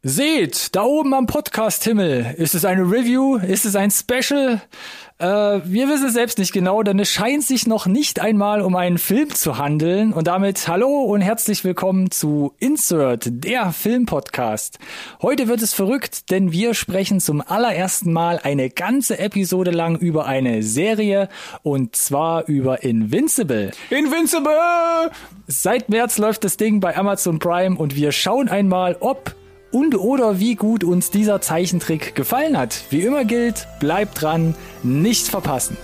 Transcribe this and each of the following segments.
Seht, da oben am Podcast-Himmel, ist es eine Review, ist es ein Special? Wir wissen es selbst nicht genau, denn es scheint sich noch nicht einmal um einen Film zu handeln. Und damit hallo und herzlich willkommen zu Insert, der Filmpodcast. Heute wird es verrückt, denn wir sprechen zum allerersten Mal eine ganze Episode lang über eine Serie, und zwar über Invincible. Invincible! Seit März läuft das Ding bei Amazon Prime und wir schauen einmal, ob und oder wie gut uns dieser Zeichentrick gefallen hat. Wie immer gilt, bleibt dran, nicht verpassen.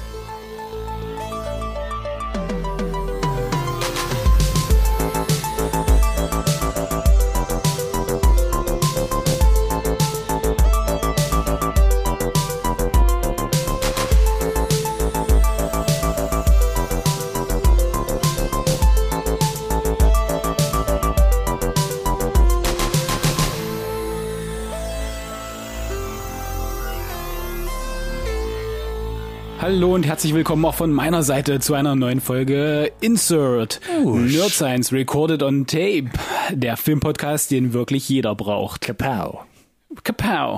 Hallo und herzlich willkommen auch von meiner Seite zu einer neuen Folge Insert. Nerd Science Recorded on Tape. Der Filmpodcast, den wirklich jeder braucht. Kapow. Kapow.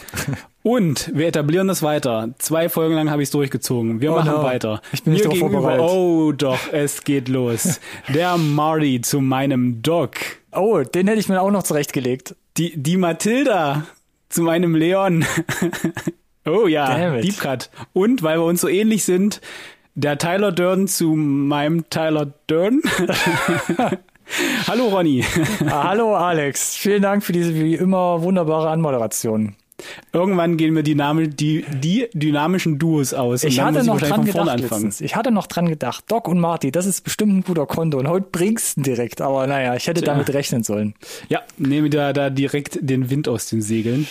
Und wir etablieren das weiter. 2 Folgen lang habe ich es durchgezogen. Wir machen weiter. Ich bin nicht darauf vorbereitet. Oh doch, es geht los. Der Marty zu meinem Doc. Oh, den hätte ich mir auch noch zurechtgelegt. Die Mathilda zu meinem Leon. Oh ja, Deep Cut. Und weil wir uns so ähnlich sind, der Tyler Durden zu meinem Tyler Durden. Hallo Ronny. Hallo Alex. Vielen Dank für diese wie immer wunderbare Anmoderation. Irgendwann gehen mir die dynamischen Duos aus. Ich hatte noch dran gedacht letztens. Ich hatte noch dran gedacht. Doc und Marty, das ist bestimmt ein guter Konto. Und heute bringst du ihn direkt. Aber naja, ich hätte damit rechnen sollen. Ja, nehme da direkt den Wind aus den Segeln.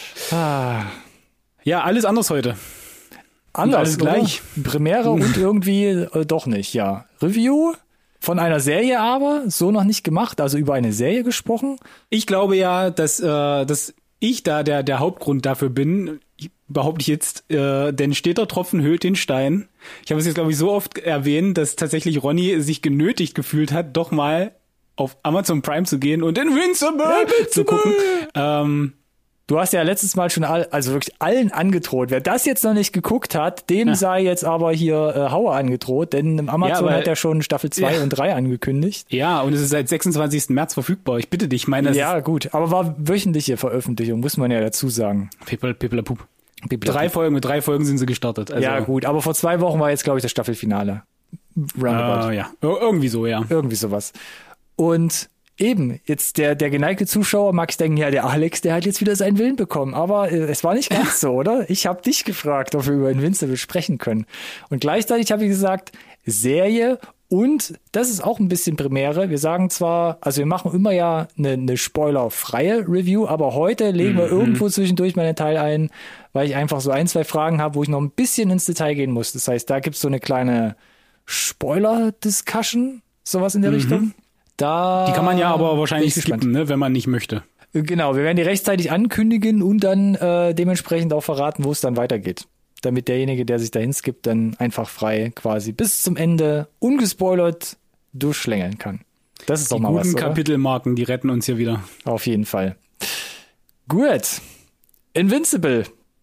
Ja, alles anders heute. Anders, alles gleich. Oder? Premiere und irgendwie doch nicht, ja. Review von einer Serie aber, so noch nicht gemacht, also über eine Serie gesprochen. Ich glaube ja, dass ich da der Hauptgrund dafür bin, behaupte ich jetzt, denn steter Tropfen höhlt den Stein. Ich habe es jetzt, glaube ich, so oft erwähnt, dass tatsächlich Ronny sich genötigt gefühlt hat, doch mal auf Amazon Prime zu gehen und Invincible zu gucken. Du hast ja letztes Mal schon wirklich allen angedroht. Wer das jetzt noch nicht geguckt hat, dem sei jetzt aber hier Hauer angedroht, denn im Amazon hat er schon Staffel 2 und 3 angekündigt. Ja, und es ist seit 26. März verfügbar. Ich bitte dich, ja, gut, aber war wöchentliche Veröffentlichung, muss man ja dazu sagen. Pippelapup. 3 Folgen, mit 3 Folgen sind sie gestartet. Also, ja, gut, aber vor 2 Wochen war jetzt, glaube ich, das Staffelfinale. Roundabout. Ja, irgendwie so, ja. Irgendwie sowas. Und eben, jetzt der geneigte Zuschauer mag denken, ja, der Alex, der hat jetzt wieder seinen Willen bekommen. Aber es war nicht ganz so, oder? Ich habe dich gefragt, ob wir über Invincible sprechen können. Und gleichzeitig habe ich gesagt, Serie und das ist auch ein bisschen Premiere. Wir sagen zwar, also wir machen immer ja eine spoilerfreie Review, aber heute legen wir irgendwo zwischendurch mal einen Teil ein, weil ich einfach so 1, 2 Fragen habe, wo ich noch ein bisschen ins Detail gehen muss. Das heißt, da gibt's so eine kleine Spoiler-Discussion, sowas in der Richtung. Die kann man ja aber wahrscheinlich skippen, ne, wenn man nicht möchte. Genau, wir werden die rechtzeitig ankündigen und dann dementsprechend auch verraten, wo es dann weitergeht. Damit derjenige, der sich dahin skippt, dann einfach frei quasi bis zum Ende ungespoilert durchschlängeln kann. Das ist doch mal was, oder? Die guten Kapitelmarken, die retten uns hier wieder. Auf jeden Fall. Gut. Invincible.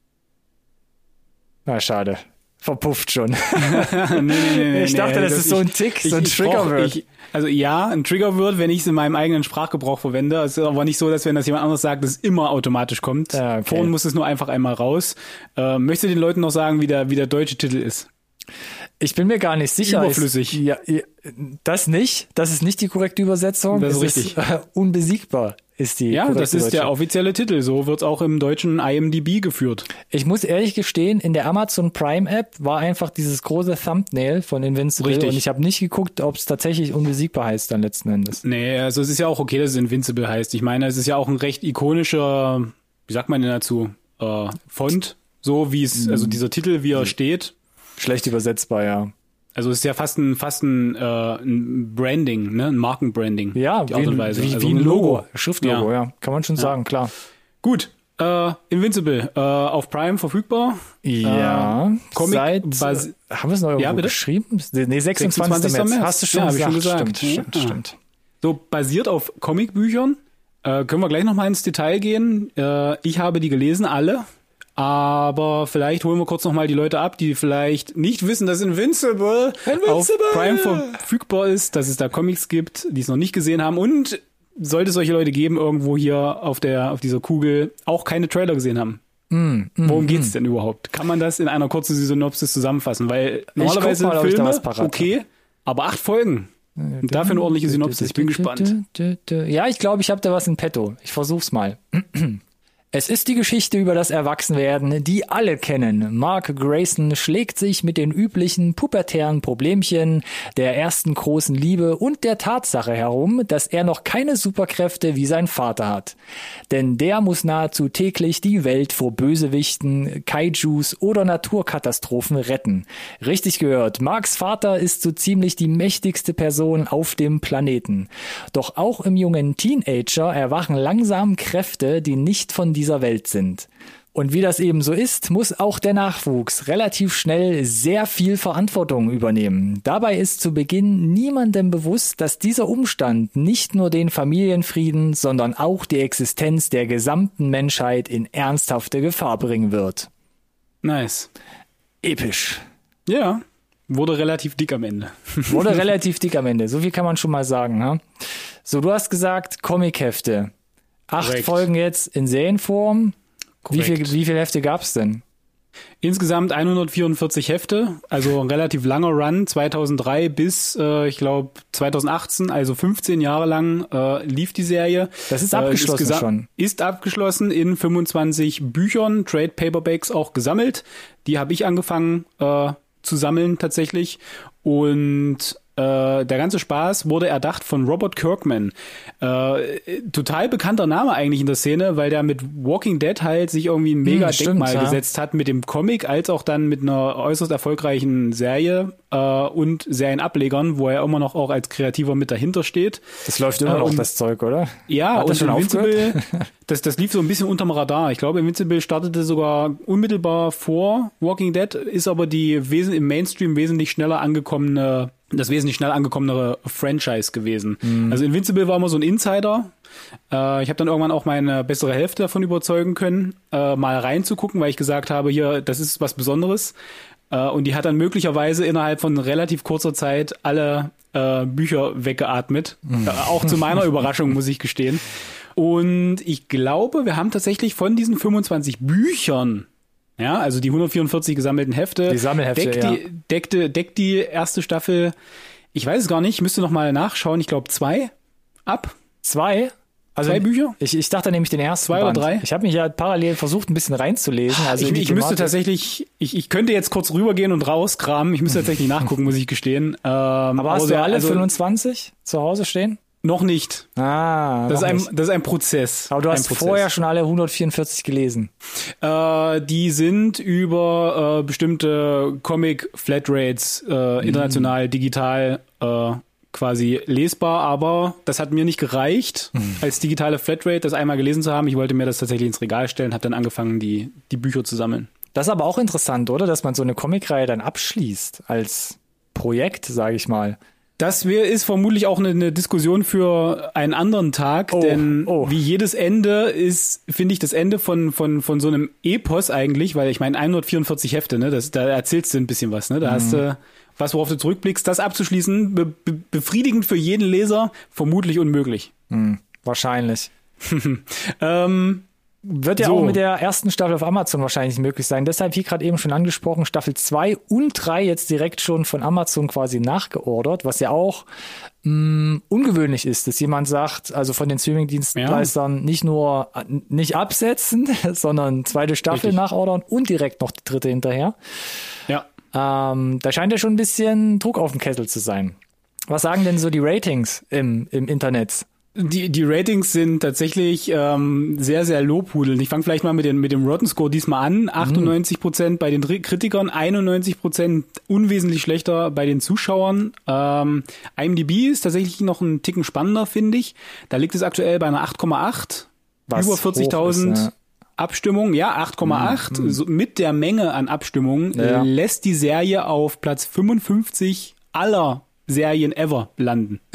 Na, schade. Verpufft schon. Nee, ich dachte, das ist so ein Tick, so ein Triggerwort. Also ja, ein Triggerwort, wenn ich es in meinem eigenen Sprachgebrauch verwende. Es ist aber nicht so, dass wenn das jemand anderes sagt, es immer automatisch kommt. Ja, okay. Vorhin muss es nur einfach einmal raus. Möchtest du den Leuten noch sagen, wie der deutsche Titel ist? Ich bin mir gar nicht sicher. Überflüssig. Das nicht. Das ist nicht die korrekte Übersetzung. Das ist richtig. Unbesiegbar ist die korrekte das ist Deutsche. der offizielle Titel. So wird es auch im deutschen IMDb geführt. Ich muss ehrlich gestehen, in der Amazon Prime App war einfach dieses große Thumbnail von Invincible. Richtig. Und ich habe nicht geguckt, ob es tatsächlich unbesiegbar heißt dann letzten Endes. Nee, also es ist ja auch okay, dass es Invincible heißt. Ich meine, es ist ja auch ein recht ikonischer, wie sagt man denn dazu, Font, so wie es, also dieser Titel, wie er steht. Schlecht übersetzbar, ja. Also es ist ja fast ein Branding, ne, ein Markenbranding. Ja, die Art und Weise. Wie ein Logo, Schriftlogo, ja. Kann man schon sagen, klar. Gut, Invincible, auf Prime verfügbar. Ja, Comic haben wir es noch irgendwo geschrieben? Nee, 26. März. Hast du schon ja, gesagt. Hab ich schon gesagt. Stimmt. So basiert auf Comicbüchern. Können wir gleich nochmal ins Detail gehen. Ich habe die gelesen, alle. Aber vielleicht holen wir kurz nochmal die Leute ab, die vielleicht nicht wissen, dass Invincible auf Prime verfügbar ist, dass es da Comics gibt, die es noch nicht gesehen haben. Und sollte es solche Leute geben, irgendwo hier auf dieser Kugel auch keine Trailer gesehen haben. Worum geht's denn überhaupt? Kann man das in einer kurzen Synopsis zusammenfassen? Weil normalerweise mal, Filme, okay, aber 8 Folgen. Und dafür eine ordentliche Synopsis. Ich bin gespannt. Ja, ich glaube, ich habe da was in petto. Ich versuch's mal. Es ist die Geschichte über das Erwachsenwerden, die alle kennen. Mark Grayson schlägt sich mit den üblichen pubertären Problemchen, der ersten großen Liebe und der Tatsache herum, dass er noch keine Superkräfte wie sein Vater hat. Denn der muss nahezu täglich die Welt vor Bösewichten, Kaijus oder Naturkatastrophen retten. Richtig gehört, Marks Vater ist so ziemlich die mächtigste Person auf dem Planeten. Doch auch im jungen Teenager erwachen langsam Kräfte, die nicht von dieser Welt sind. Und wie das eben so ist, muss auch der Nachwuchs relativ schnell sehr viel Verantwortung übernehmen. Dabei ist zu Beginn niemandem bewusst, dass dieser Umstand nicht nur den Familienfrieden, sondern auch die Existenz der gesamten Menschheit in ernsthafte Gefahr bringen wird. Nice. Episch. Ja, wurde relativ dick am Ende. Wurde relativ dick am Ende, so viel kann man schon mal sagen. Ha? So, du hast gesagt, Comichefte. 8 Korrekt. Folgen jetzt in Serienform. Wie viele Hefte gab's denn? Insgesamt 144 Hefte, also ein relativ langer Run, 2003 bis, ich glaube, 2018, also 15 Jahre lang lief die Serie. Das ist abgeschlossen schon. Ist abgeschlossen in 25 Büchern, Trade Paperbacks auch gesammelt. Die habe ich angefangen zu sammeln tatsächlich. Und der ganze Spaß wurde erdacht von Robert Kirkman. Total bekannter Name eigentlich in der Szene, weil der mit Walking Dead halt sich irgendwie ein mega Denkmal gesetzt hat mit dem Comic, als auch dann mit einer äußerst erfolgreichen Serie und Serienablegern, wo er immer noch auch als Kreativer mit dahinter steht. Das läuft immer noch, das Zeug, oder? Ja, hat und Invincible, das lief so ein bisschen unterm Radar. Ich glaube, Invincible startete sogar unmittelbar vor Walking Dead, ist aber im Mainstream wesentlich schneller angekommene Franchise gewesen. Also Invincible war immer so ein Insider. Ich habe dann irgendwann auch meine bessere Hälfte davon überzeugen können, mal reinzugucken, weil ich gesagt habe, hier, das ist was Besonderes. Und die hat dann möglicherweise innerhalb von relativ kurzer Zeit alle Bücher weggeatmet. Auch zu meiner Überraschung, muss ich gestehen. Und ich glaube, wir haben tatsächlich von diesen 25 Büchern, ja, also die 144 gesammelten Hefte, die Sammelhefte, deckt die erste Staffel, ich weiß es gar nicht, ich müsste noch mal nachschauen, ich glaube 2 ab. 2? Also 2 Bücher? Ich dachte nämlich den ersten 2 oder 3. Ich habe mich ja parallel versucht, ein bisschen reinzulesen. Also ich müsste tatsächlich, ich könnte jetzt kurz rübergehen und rauskramen, ich müsste tatsächlich nachgucken, muss ich gestehen. Aber hast du alle 25 zu Hause stehen? Noch nicht. Das ist ein Prozess. Aber du hast vorher schon alle 144 gelesen. Die sind über bestimmte Comic-Flatrates international, digital quasi lesbar, aber das hat mir nicht gereicht, als digitale Flatrate das einmal gelesen zu haben. Ich wollte mir das tatsächlich ins Regal stellen, habe dann angefangen, die Bücher zu sammeln. Das ist aber auch interessant, oder? Dass man so eine Comicreihe dann abschließt als Projekt, sage ich mal. Das ist vermutlich auch eine Diskussion für einen anderen Tag, denn wie jedes Ende ist, finde ich, das Ende von so einem Epos eigentlich, weil ich meine 144 Hefte, ne, da erzählst du ein bisschen was, ne, da hast du was, worauf du zurückblickst, das abzuschließen, befriedigend für jeden Leser, vermutlich unmöglich. Wahrscheinlich. Wird ja auch mit der ersten Staffel auf Amazon wahrscheinlich möglich sein. Deshalb, wie gerade eben schon angesprochen, Staffel 2 und 3 jetzt direkt schon von Amazon quasi nachgeordert, was ja auch ungewöhnlich ist, dass jemand sagt, also von den Streaming-Dienstleistern nicht absetzen, sondern zweite Staffel nachordern und direkt noch die dritte hinterher. Ja. Da scheint ja schon ein bisschen Druck auf dem Kessel zu sein. Was sagen denn so die Ratings im Internet? Die Ratings sind tatsächlich sehr, sehr lobhudelnd. Ich fange vielleicht mal mit dem Rotten Score diesmal an. 98% bei den Kritikern, 91% unwesentlich schlechter bei den Zuschauern. IMDb ist tatsächlich noch einen Ticken spannender, finde ich. Da liegt es aktuell bei einer 8,8. Über 40.000 Abstimmungen. Ja, 8,8. So, mit der Menge an Abstimmungen lässt die Serie auf Platz 55 aller Serien ever landen.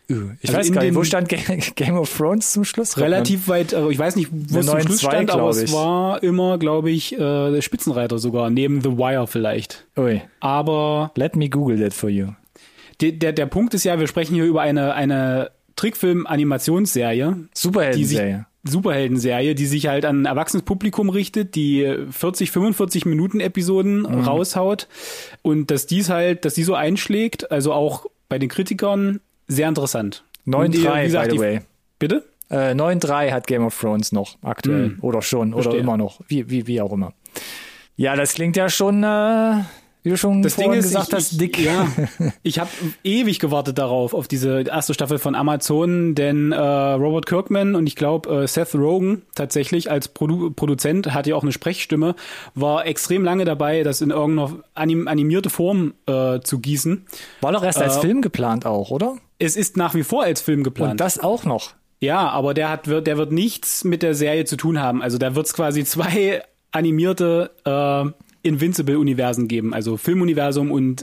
Ich weiß gar nicht, wo stand Game of Thrones zum Schluss? Relativ weit, ich weiß nicht, wo es zum Schluss stand, aber es war immer, glaube ich, der Spitzenreiter sogar, neben The Wire vielleicht. Ui. Aber let me Google that for you. Der Punkt ist ja, wir sprechen hier über eine Trickfilm-Animationsserie. Superheldenserie, die sich halt an ein erwachsenes Publikum richtet, die 40, 45 Minuten Episoden raushaut und dass die so einschlägt, also auch bei den Kritikern, sehr interessant. 9,3 by the way. Bitte? 9,3 hat Game of Thrones noch aktuell oder schon Verstehe. oder immer noch, wie auch immer. Ja, das klingt ja schon wie du schon vorhin gesagt hast, dick. Ja, ich habe ewig gewartet darauf, auf diese erste Staffel von Amazon, denn Robert Kirkman und ich glaube Seth Rogen tatsächlich als Produzent, hatte ja auch eine Sprechstimme, war extrem lange dabei, das in irgendeiner animierte Form zu gießen. War doch erst als Film geplant auch, oder? Es ist nach wie vor als Film geplant. Und das auch noch? Ja, aber der wird nichts mit der Serie zu tun haben. Also da wird es quasi 2 animierte Invincible-Universen geben, also Filmuniversum und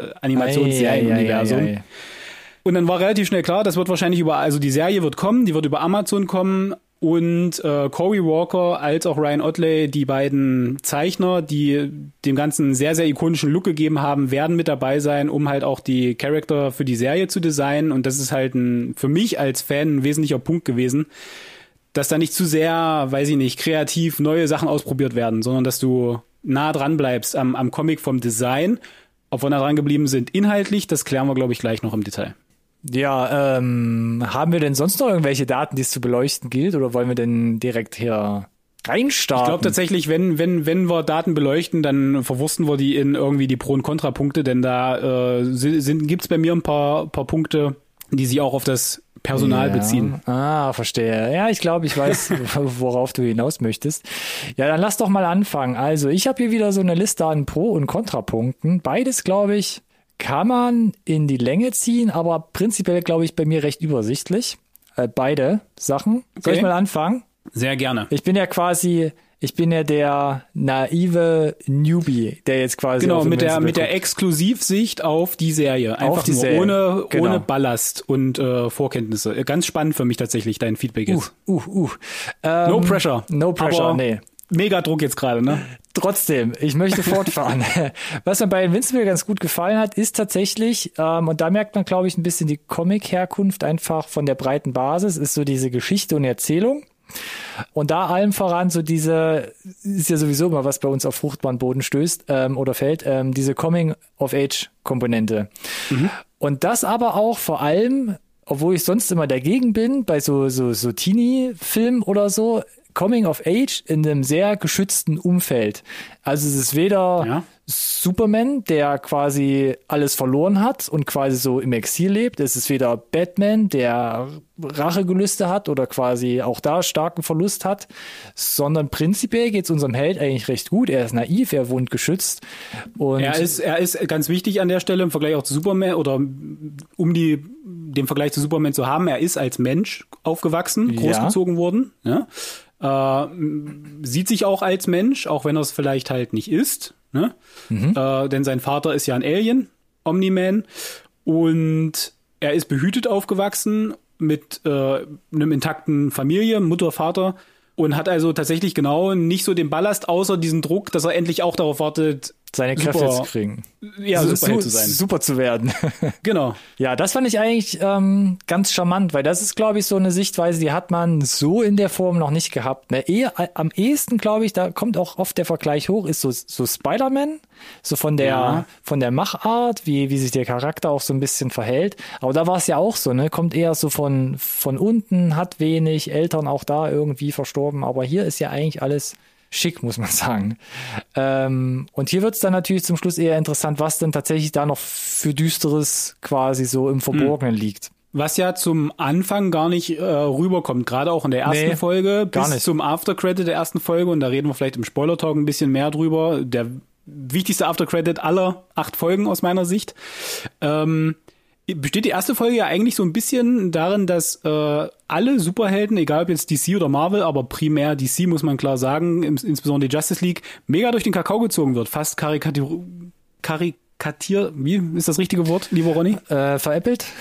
Animationsserien-Universum. Und dann war relativ schnell klar, das wird wahrscheinlich also die Serie wird kommen, die wird über Amazon kommen und Cory Walker als auch Ryan Ottley, die beiden Zeichner, die dem Ganzen sehr, sehr ikonischen Look gegeben haben, werden mit dabei sein, um halt auch die Charakter für die Serie zu designen und das ist halt für mich als Fan ein wesentlicher Punkt gewesen, dass da nicht zu sehr, weiß ich nicht, kreativ neue Sachen ausprobiert werden, sondern dass du nah dran bleibst am Comic vom Design. Ob wir nah dran geblieben sind inhaltlich, das klären wir, glaube ich, gleich noch im Detail. Ja, haben wir denn sonst noch irgendwelche Daten, die es zu beleuchten gilt, oder wollen wir denn direkt hier reinstarten? Ich glaube tatsächlich, wenn wir Daten beleuchten, dann verwursten wir die in irgendwie die Pro- und Kontrapunkte, denn da gibt's bei mir ein paar Punkte, die sich auch auf das Personal beziehen. Verstehe. Ja, ich glaube, ich weiß, worauf du hinaus möchtest. Ja, dann lass doch mal anfangen. Also, ich habe hier wieder so eine Liste an Pro- und Kontrapunkten. Beides, glaube ich, kann man in die Länge ziehen, aber prinzipiell, glaube ich, bei mir recht übersichtlich. Beide Sachen. Soll ich mal anfangen? Sehr gerne. Ich bin ja der naive Newbie, der jetzt quasi mit der Exklusivsicht auf die Serie. Einfach die Serie. Ohne Ballast und Vorkenntnisse. Ganz spannend für mich tatsächlich, dein Feedback ist. No pressure. No pressure, aber nee. Mega Druck jetzt gerade, ne? Trotzdem, ich möchte fortfahren. Was mir bei Invincible ganz gut gefallen hat, ist tatsächlich, und da merkt man, glaube ich, ein bisschen die Comic-Herkunft einfach von der breiten Basis, ist so diese Geschichte und Erzählung. Und da allem voran so ist ja sowieso immer, was bei uns auf fruchtbaren Boden stößt oder fällt, diese Coming-of-Age-Komponente. Und das aber auch vor allem, obwohl ich sonst immer dagegen bin, bei so Teenie-Filmen oder so, Coming of Age in einem sehr geschützten Umfeld. Also es ist weder Superman, der quasi alles verloren hat und quasi so im Exil lebt. Es ist weder Batman, der Rachegelüste hat oder quasi auch da starken Verlust hat, sondern prinzipiell geht es unserem Held eigentlich recht gut. Er ist naiv, er wohnt geschützt. Und er ist ganz wichtig an der Stelle im Vergleich auch zu Superman oder um den Vergleich zu Superman zu haben. Er ist als Mensch aufgewachsen, großgezogen worden. Ja. Sieht sich auch als Mensch, auch wenn er es vielleicht halt nicht ist. Ne? Denn sein Vater ist ja ein Alien, Omni-Man. Und er ist behütet aufgewachsen mit einem intakten Familie, Mutter, Vater. Und hat also tatsächlich genau nicht so den Ballast, außer diesen Druck, dass er endlich auch darauf wartet, seine Kräfte zu kriegen. Ja, Superheld zu sein. Super zu werden. Genau. Ja, das fand ich eigentlich ganz charmant, weil das ist, glaube ich, so eine Sichtweise, die hat man so in der Form noch nicht gehabt. Ne? Am ehesten, glaube ich, da kommt auch oft der Vergleich hoch, ist so Spider-Man, so von der Machart, wie sich der Charakter auch so ein bisschen verhält. Aber da war es ja auch so, ne? Kommt eher so von unten, hat wenig, Eltern auch da irgendwie verstorben. Aber hier ist ja eigentlich alles schick, muss man sagen. Und hier wird es dann natürlich zum Schluss eher interessant, was denn tatsächlich da noch für Düsteres quasi so im Verborgenen liegt. Was ja zum Anfang gar nicht rüberkommt, gerade auch in der ersten Folge, bis zum Aftercredit der ersten Folge, und da reden wir vielleicht im Spoiler-Talk ein bisschen mehr drüber. Der wichtigste Aftercredit aller 8 Folgen aus meiner Sicht. Besteht die erste Folge ja eigentlich so ein bisschen darin, dass alle Superhelden, egal ob jetzt DC oder Marvel, aber primär DC, muss man klar sagen, insbesondere die Justice League, mega durch den Kakao gezogen wird. Fast wie ist das richtige Wort, lieber Ronny? Veräppelt?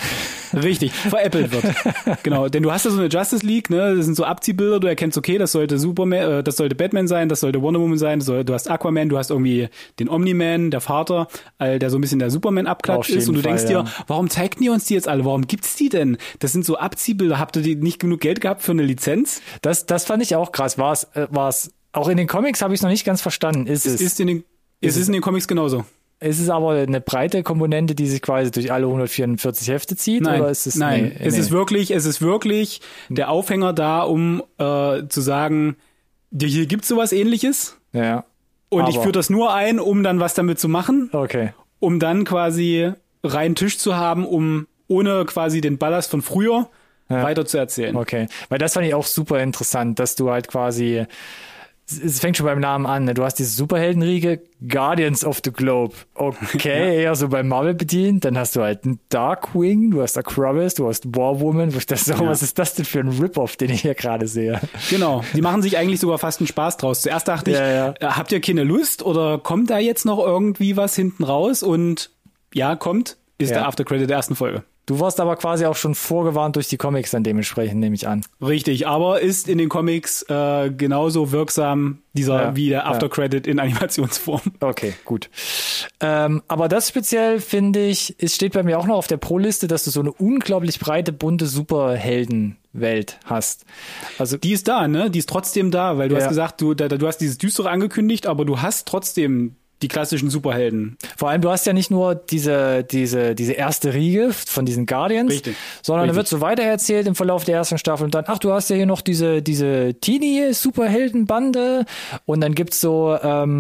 Richtig, veräppelt wird. Genau, denn du hast ja so eine Justice League, ne? Das sind so Abziehbilder, du erkennst, okay, das sollte Superman, das sollte Batman sein, das sollte Wonder Woman sein, du hast Aquaman, du hast irgendwie den Omni-Man, der Vater, der so ein bisschen der Superman-Abklatsch ist und du denkst dir, warum zeigten die uns die jetzt alle? Warum gibt's die denn? Das sind so Abziehbilder. Habt ihr die nicht genug Geld gehabt für eine Lizenz? Das fand ich auch krass. War's auch in den Comics habe ich es noch nicht ganz verstanden. Es ist in den Comics genauso. Ist es aber eine breite Komponente, die sich quasi durch alle 144 Hefte zieht? Nein, oder ist es nein. Es ist wirklich der Aufhänger da, um zu sagen, hier gibt's sowas Ähnliches. Ja. Und ich führe das nur ein, um dann was damit zu machen. Okay. Um dann quasi reinen Tisch zu haben, um ohne quasi den Ballast von früher weiter zu erzählen. Okay. Weil das fand ich auch super interessant, dass du halt quasi, es fängt schon beim Namen an, ne? Du hast diese Superheldenriege, Guardians of the Globe. Okay, eher so beim Marvel bedient. Dann hast du halt einen Darkwing, du hast Acrobus, du hast War Woman. Wo ich dachte, was ist das denn für ein Rip-Off, den ich hier gerade sehe? Genau, die machen sich eigentlich sogar fast einen Spaß draus. Zuerst dachte ich, habt ihr keine Lust oder kommt da jetzt noch irgendwie was hinten raus? Und ja, kommt, ist der Aftercredit der ersten Folge. Du warst aber quasi auch schon vorgewarnt durch die Comics dann dementsprechend, nehme ich an. Richtig, aber ist in den Comics genauso wirksam wie der Aftercredit in Animationsform. Okay, gut. Aber das speziell, finde ich, es steht bei mir auch noch auf der Pro-Liste, dass du so eine unglaublich breite, bunte Superheldenwelt hast. Also die ist da, ne? Die ist trotzdem da, weil du hast gesagt, du hast dieses Düstere angekündigt, aber du hast trotzdem die klassischen Superhelden. Vor allem, du hast ja nicht nur diese erste Riege von diesen Guardians, Richtig. sondern da wird so weiter erzählt im Verlauf der ersten Staffel und dann, du hast ja hier noch diese Teenie-Superheldenbande und dann gibt's so,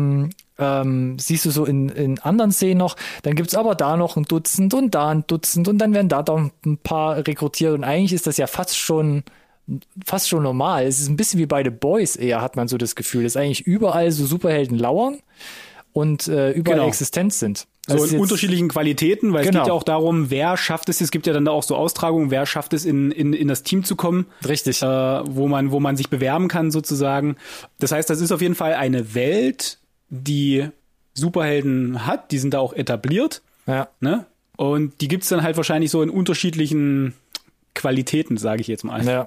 siehst du so in anderen Szenen noch, dann gibt's aber da noch ein Dutzend und da ein Dutzend und dann werden da doch ein paar rekrutiert und eigentlich ist das ja fast schon normal. Es ist ein bisschen wie bei The Boys eher, hat man so das Gefühl, dass eigentlich überall so Superhelden lauern und überall existent sind. So in unterschiedlichen Qualitäten, weil es geht ja auch darum, wer schafft es gibt ja dann auch so Austragungen, wer schafft es in das Team zu kommen. Richtig. Wo man sich bewerben kann sozusagen. Das heißt, das ist auf jeden Fall eine Welt, die Superhelden hat, die sind da auch etabliert. Ja. Ne? Und die gibt's dann halt wahrscheinlich so in unterschiedlichen Qualitäten, sage ich jetzt mal. Ja.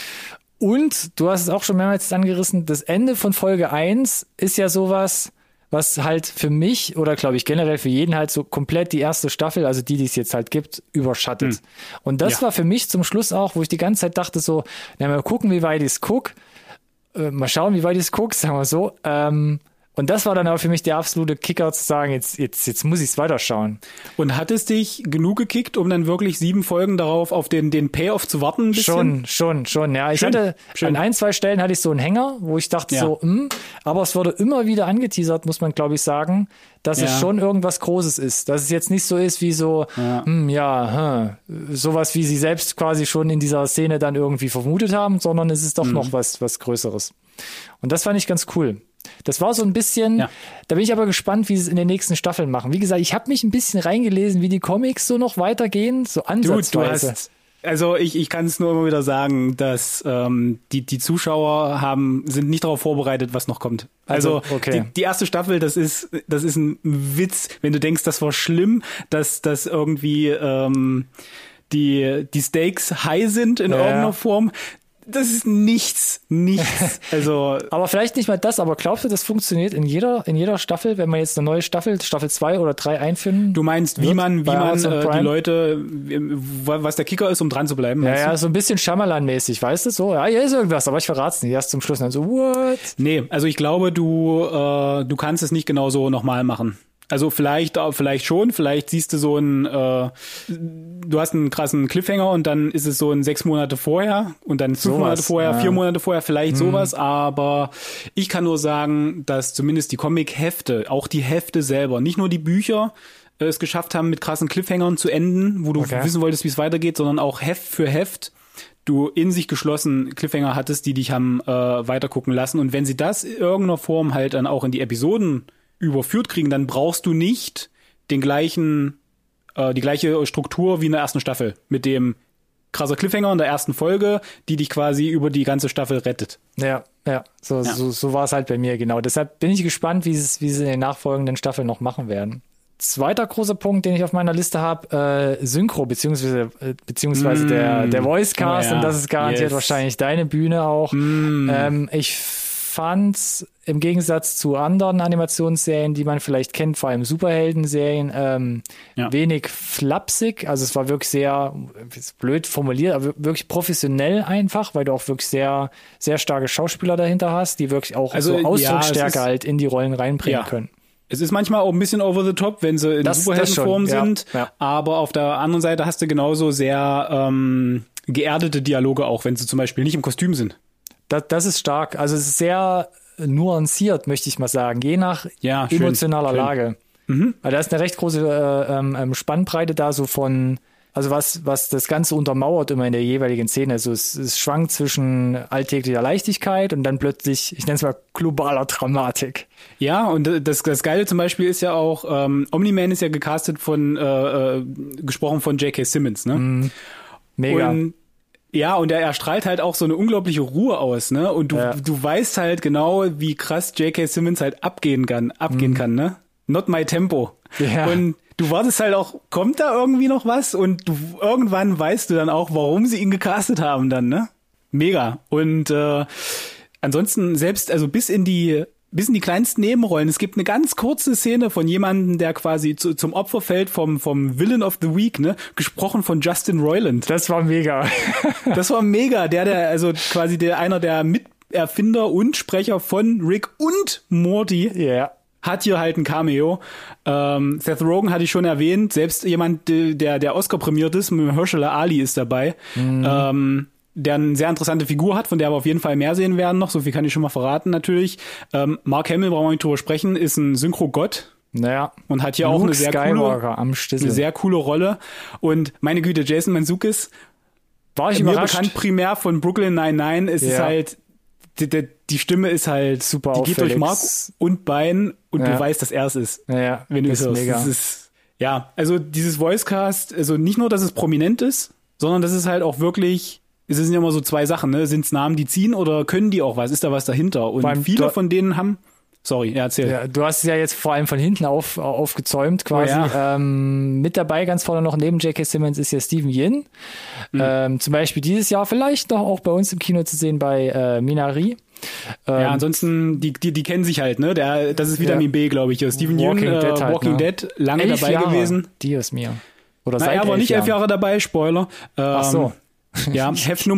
Und du hast es auch schon mehrmals angerissen, das Ende von Folge 1 ist ja sowas, was halt für mich oder glaube ich generell für jeden halt so komplett die erste Staffel, also die es jetzt halt gibt, überschattet. Und das war für mich zum Schluss auch, wo ich die ganze Zeit dachte so, mal gucken, wie weit ich es gucke, mal schauen, wie weit ich es gucke, sagen wir so. Und das war dann aber für mich der absolute Kicker zu sagen, jetzt muss ich es weiterschauen. Und hat es dich genug gekickt, um dann wirklich 7 Folgen darauf auf den Payoff zu warten ein bisschen? Schon, ja. Ich hatte an 1-2 Stellen hatte ich so einen Hänger, wo ich dachte aber es wurde immer wieder angeteasert, muss man glaube ich sagen, dass es schon irgendwas Großes ist. Dass es jetzt nicht so ist wie so, sowas wie sie selbst quasi schon in dieser Szene dann irgendwie vermutet haben, sondern es ist doch noch was Größeres. Und das fand ich ganz cool. Das war so ein bisschen, da bin ich aber gespannt, wie sie es in den nächsten Staffeln machen. Wie gesagt, ich habe mich ein bisschen reingelesen, wie die Comics so noch weitergehen, so ansatzweise. Also ich kann es nur immer wieder sagen, dass die Zuschauer sind nicht darauf vorbereitet, was noch kommt. Also die erste Staffel, das ist ein Witz, wenn du denkst, das war schlimm, dass irgendwie die Stakes high sind in irgendeiner Form. Das ist nichts. Also, aber vielleicht nicht mal das, aber glaubst du, das funktioniert in jeder Staffel, wenn man jetzt eine neue Staffel 2 oder 3 einführen? Du meinst, wie man die Leute, was der Kicker ist, um dran zu bleiben? Ja, so ein bisschen Shyamalan-mäßig, weißt du, so, ja, hier ist irgendwas, aber ich verrat's nicht, erst zum Schluss dann so, what? Nee, also ich glaube, du kannst es nicht genauso nochmal machen. Also vielleicht schon, vielleicht siehst du so du hast einen krassen Cliffhanger und dann ist es so 6 Monate vorher und dann 5 Monate vorher, 4 Monate vorher, vielleicht sowas, aber ich kann nur sagen, dass zumindest die Comic-Hefte, auch die Hefte selber, nicht nur die Bücher es geschafft haben, mit krassen Cliffhangern zu enden, wo du wissen wolltest, wie es weitergeht, sondern auch Heft für Heft du in sich geschlossen Cliffhanger hattest, die dich haben weitergucken lassen und wenn sie das in irgendeiner Form halt dann auch in die Episoden überführt kriegen, dann brauchst du nicht die gleiche Struktur wie in der ersten Staffel mit dem krasser Cliffhanger in der ersten Folge, die dich quasi über die ganze Staffel rettet. Ja, so war es halt bei mir, genau. Deshalb bin ich gespannt, wie sie in den nachfolgenden Staffeln noch machen werden. zweiter großer Punkt, den ich auf meiner Liste habe, Synchro, beziehungsweise der Voicecast, und das ist garantiert wahrscheinlich deine Bühne auch. Ich fand im Gegensatz zu anderen Animationsserien, die man vielleicht kennt, vor allem Superhelden-Serien, wenig flapsig. Also es war wirklich sehr, ist blöd formuliert, aber wirklich professionell einfach, weil du auch wirklich sehr, sehr starke Schauspieler dahinter hast, die wirklich auch so Ausdrucksstärke halt in die Rollen reinbringen können. Es ist manchmal auch ein bisschen over the top, wenn sie in Superheldenform sind, aber auf der anderen Seite hast du genauso sehr geerdete Dialoge auch, wenn sie zum Beispiel nicht im Kostüm sind. Das ist stark. Also es ist sehr nuanciert, möchte ich mal sagen, je nach emotionaler Lage. Weil da ist eine recht große Spannbreite da, so von, also was das Ganze untermauert immer in der jeweiligen Szene. Also es schwankt zwischen alltäglicher Leichtigkeit und dann plötzlich, ich nenne es mal, globaler Dramatik. Ja, und das Geile zum Beispiel ist ja auch, Omni-Man ist ja gecastet gesprochen von J.K. Simmons, ne? Mega. Und er strahlt halt auch so eine unglaubliche Ruhe aus, ne? Und du weißt halt genau, wie krass J.K. Simmons halt abgehen kann, ne? Not my tempo. Ja. Und du wartest halt auch, kommt da irgendwie noch was? Und irgendwann weißt du dann auch, warum sie ihn gecastet haben dann, ne? Mega. Und ansonsten selbst, also bis in die kleinsten Nebenrollen. Es gibt eine ganz kurze Szene von jemandem, der quasi zum Opfer fällt vom Villain of the Week, ne? Gesprochen von Justin Roiland. Das war mega. Das war mega. Also quasi einer der Miterfinder und Sprecher von Rick und Morty. Hat hier halt ein Cameo. Seth Rogen hatte ich schon erwähnt. Selbst jemand, der Oscar prämiert ist, Mahershala Ali ist dabei. Der eine sehr interessante Figur hat, von der wir auf jeden Fall mehr sehen werden noch. So viel kann ich schon mal verraten natürlich. Mark Hamill, brauchen wir nicht drüber sprechen, ist ein Synchro-Gott. Naja. Und hat hier auch eine sehr coole Rolle. Und meine Güte, Jason Mantzoukas, war ich überrascht. Mir bekannt primär von Brooklyn Nine-Nine. Es ist halt, die Stimme ist halt super, die geht durch Mark und Bein und du weißt, dass er es ist. Ja, wenn du es hörst. Mega. Das ist, also dieses Voicecast, also nicht nur, dass es prominent ist, sondern dass es halt auch wirklich, es sind ja immer so zwei Sachen, ne? Sind es Namen, die ziehen oder können die auch was? Ist da was dahinter? Und viele von denen haben, erzähl. Ja, du hast es ja jetzt vor allem von hinten aufgezäumt quasi. Oh, ja. Mit dabei ganz vorne noch neben J.K. Simmons ist ja Steven Yeun. Zum Beispiel dieses Jahr vielleicht noch auch bei uns im Kino zu sehen bei Minari. Ansonsten, die kennen sich halt, ne? Das ist Vitamin B, glaube ich. Steven Yeun, Walking Dead, lange 11 dabei Jahre. gewesen. Dios mio. Oder seit er war nicht 11 Jahre dabei, Spoiler. Ach so. Ja,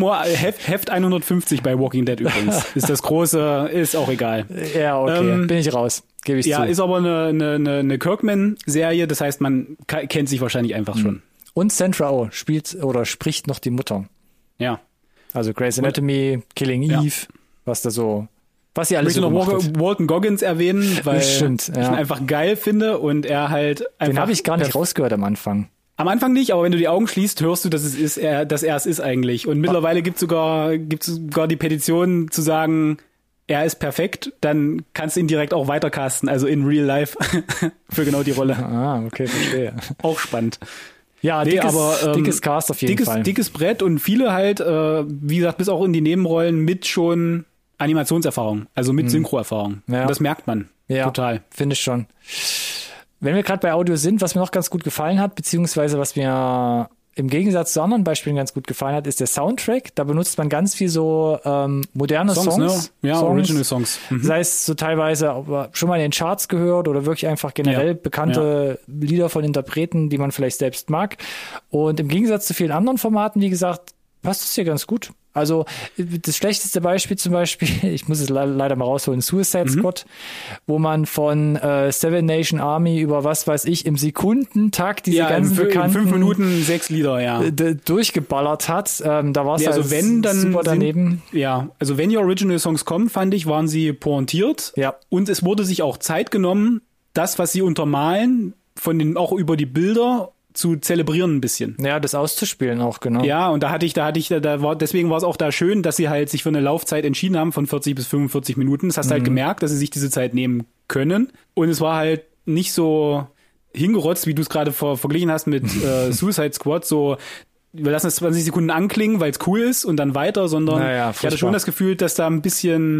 Heft 150 bei Walking Dead übrigens. Ist das große, ist auch egal. Ja, okay, bin ich raus. Gebe ich zu. Ja, ist aber eine Kirkman-Serie, das heißt, man kennt sich wahrscheinlich einfach schon. Und Sandra Oh spielt oder spricht noch die Mutter. Ja. Also Grey's Anatomy, Killing Eve, was sie alles so gemacht hat. Ich möchte noch Walton Goggins erwähnen, weil ich ihn einfach geil finde und er halt einfach... Den habe ich gar nicht rausgehört am Anfang. Am Anfang nicht, aber wenn du die Augen schließt, hörst du, dass er es ist eigentlich. Und mittlerweile gibt's sogar die Petition zu sagen, er ist perfekt, dann kannst du ihn direkt auch weitercasten, also in real life für genau die Rolle. Ah, okay, verstehe. Auch spannend. Ja, dickes Cast auf jeden Fall. Dickes Brett und viele halt, wie gesagt, bis auch in die Nebenrollen mit schon Animationserfahrung, also mit Synchroerfahrung. Ja. Und das merkt man total. Finde ich schon. Wenn wir gerade bei Audio sind, was mir noch ganz gut gefallen hat, beziehungsweise was mir im Gegensatz zu anderen Beispielen ganz gut gefallen hat, ist der Soundtrack. Da benutzt man ganz viel so moderne Songs. Ne? Ja, Original Songs. Sei es so teilweise schon mal in den Charts gehört oder wirklich einfach generell bekannte Lieder von Interpreten, die man vielleicht selbst mag. Und im Gegensatz zu vielen anderen Formaten, wie gesagt, passt es hier ganz gut. Also das schlechteste Beispiel zum Beispiel, ich muss es leider mal rausholen, Suicide Squad, wo man von Seven Nation Army über was weiß ich im Sekundentakt diese ganzen bekannten 5 Minuten 6 Lieder, durchgeballert hat. Da war es also wenn dann super daneben. Also wenn die Original Songs kommen, fand ich, waren sie pointiert. Ja. Und es wurde sich auch Zeit genommen, das, was sie untermalen, auch über die Bilder zu zelebrieren ein bisschen. Ja, das auszuspielen auch, genau. Ja, und deswegen war es auch da schön, dass sie halt sich für eine Laufzeit entschieden haben von 40 bis 45 Minuten. Das hast du halt gemerkt, dass sie sich diese Zeit nehmen können. Und es war halt nicht so hingerotzt, wie du es gerade verglichen hast mit Suicide Squad, so wir lassen es 20 Sekunden anklingen, weil es cool ist und dann weiter, sondern ich hatte schon das Gefühl, dass da ein bisschen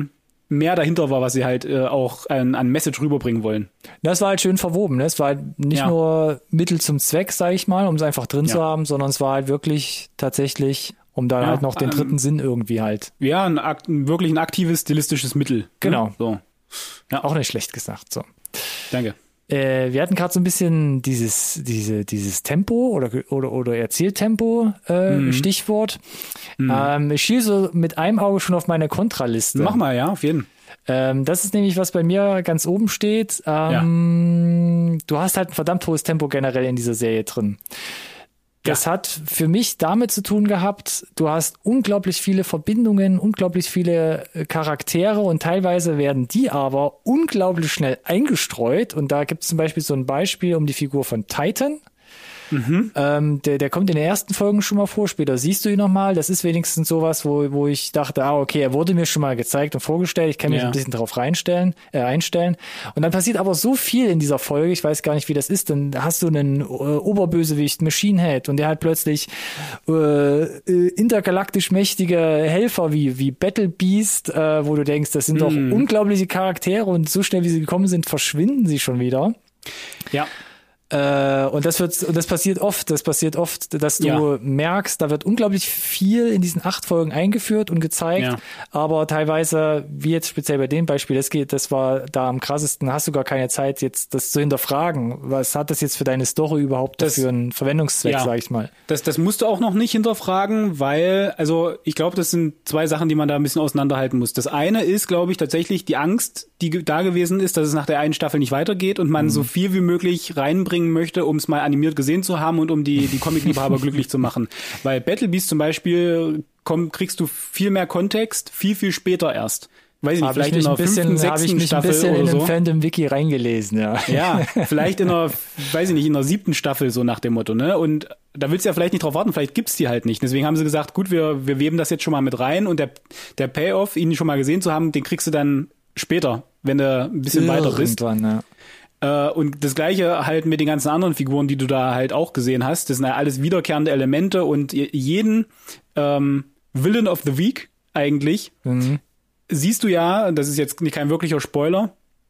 mehr dahinter war, was sie halt auch an Message rüberbringen wollen. Das war halt schön verwoben. Ne? Es war halt nicht nur Mittel zum Zweck, sage ich mal, um es einfach drin zu haben, sondern es war halt wirklich tatsächlich, um da halt noch den dritten Sinn irgendwie halt. Ja, wirklich ein aktives stilistisches Mittel. Genau. Ne? So. Ja. Auch nicht schlecht gesagt. So. Danke. Wir hatten gerade so ein bisschen dieses Tempo oder Erzähltempo Stichwort. Ich schiele so mit einem Auge schon auf meine Kontraliste. Mach mal, ja, auf jeden. Das ist nämlich, was bei mir ganz oben steht. Du hast halt ein verdammt hohes Tempo generell in dieser Serie drin. Das hat für mich damit zu tun gehabt, du hast unglaublich viele Verbindungen, unglaublich viele Charaktere und teilweise werden die aber unglaublich schnell eingestreut. Und da gibt es zum Beispiel so ein Beispiel um die Figur von Titan. Der kommt in den ersten Folgen schon mal vor, später siehst du ihn nochmal. Das ist wenigstens sowas, wo ich dachte, okay, er wurde mir schon mal gezeigt und vorgestellt, ich kann mich ein bisschen darauf einstellen. Und dann passiert aber so viel in dieser Folge, ich weiß gar nicht, wie das ist, dann hast du einen Oberbösewicht, Machine Head, und der hat plötzlich intergalaktisch mächtige Helfer wie Battle Beast, wo du denkst, das sind doch unglaubliche Charaktere und so schnell, wie sie gekommen sind, verschwinden sie schon wieder. Ja. Und das passiert oft, dass du merkst, da wird unglaublich viel in diesen 8 Folgen eingeführt und gezeigt, aber teilweise, wie jetzt speziell bei dem Beispiel, das war da am krassesten, hast du gar keine Zeit, jetzt das zu hinterfragen. Was hat das jetzt für deine Story überhaupt für einen Verwendungszweck, sag ich mal? Das musst du auch noch nicht hinterfragen, weil, also ich glaube, das sind 2 Sachen, die man da ein bisschen auseinanderhalten muss. Das eine ist, glaube ich, tatsächlich die Angst, die da gewesen ist, dass es nach der einen Staffel nicht weitergeht und man so viel wie möglich reinbringen möchte, um es mal animiert gesehen zu haben und um die Comic-Liebhaber glücklich zu machen. Weil Battle Beast zum Beispiel kriegst du viel mehr Kontext, viel später erst. Weiß ich nicht, vielleicht in der 5., 6. Staffel oder so. in den Fandom-Wiki reingelesen, ja. Ja, vielleicht in der 7. Staffel, so nach dem Motto, ne? Und da willst du ja vielleicht nicht drauf warten, vielleicht gibt's die halt nicht. Deswegen haben sie gesagt, gut, wir weben das jetzt schon mal mit rein und der Payoff, ihn schon mal gesehen zu haben, den kriegst du dann später, wenn du ein bisschen weiter bist. Ja. Und das Gleiche halt mit den ganzen anderen Figuren, die du da halt auch gesehen hast. Das sind ja alles wiederkehrende Elemente und jeden Villain of the Week eigentlich siehst du ja, das ist jetzt kein wirklicher Spoiler,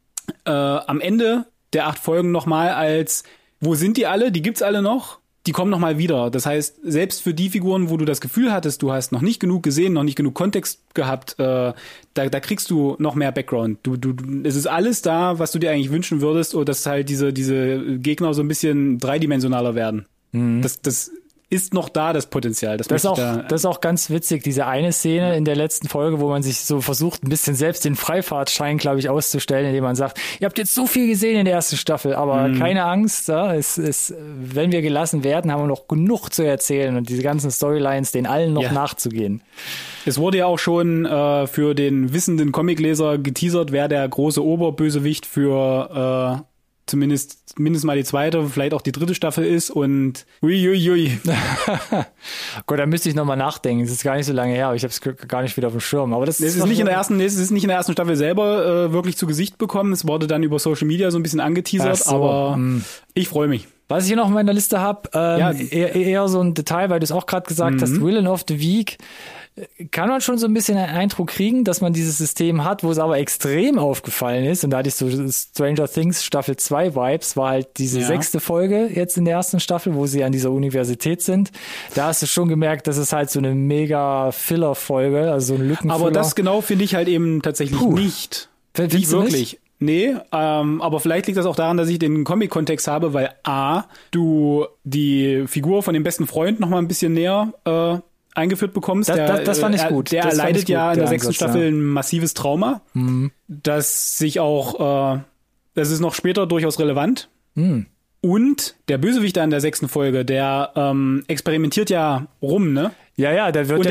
am Ende der 8 Folgen nochmal als, wo sind die alle? Die gibt's alle noch? Die kommen nochmal wieder. Das heißt, selbst für die Figuren, wo du das Gefühl hattest, du hast noch nicht genug gesehen, noch nicht genug Kontext gehabt, da kriegst du noch mehr Background. Es ist alles da, was du dir eigentlich wünschen würdest, oder dass halt diese Gegner so ein bisschen dreidimensionaler werden. Das ist noch da, das Potenzial. Das ist auch ganz witzig, diese eine Szene in der letzten Folge, wo man sich so versucht, ein bisschen selbst den Freifahrtschein, glaube ich, auszustellen, indem man sagt, ihr habt jetzt so viel gesehen in der ersten Staffel, aber keine Angst, wenn wir gelassen werden, haben wir noch genug zu erzählen und diese ganzen Storylines, denen allen noch nachzugehen. Es wurde ja auch schon für den wissenden Comicleser geteasert, wer der große Oberbösewicht für zumindest mal die 2., vielleicht auch die 3. Staffel ist und uiuiui. Gut, da müsste ich nochmal nachdenken. Es ist gar nicht so lange her, aber ich habe es gar nicht wieder auf dem Schirm. Aber es ist nicht in der ersten Staffel selber wirklich zu Gesicht bekommen. Es wurde dann über Social Media so ein bisschen angeteasert, aber ich freue mich. Was ich hier noch auf meiner Liste habe, eher so ein Detail, weil du es auch gerade gesagt hast, Villain of the Week, kann man schon so ein bisschen einen Eindruck kriegen, dass man dieses System hat, wo es aber extrem aufgefallen ist. Und da hatte ich so Stranger Things Staffel 2 Vibes, war halt diese 6. Folge jetzt in der ersten Staffel, wo sie an dieser Universität sind. Da hast du schon gemerkt, das ist halt so eine mega Filler-Folge, also so ein Lückenfüller. Aber das genau finde ich halt eben tatsächlich nicht. Nicht wirklich. Nicht? Nee, aber vielleicht liegt das auch daran, dass ich den Comic-Kontext habe, weil du die Figur von dem besten Freund noch mal ein bisschen näher eingeführt bekommst. Das fand ich gut. Der erleidet ja in der 6. Staffel ein massives Trauma, das sich auch, das ist noch später durchaus relevant. Und der Bösewicht da in der 6. Folge, der experimentiert ja rum, ne? Ja, der wird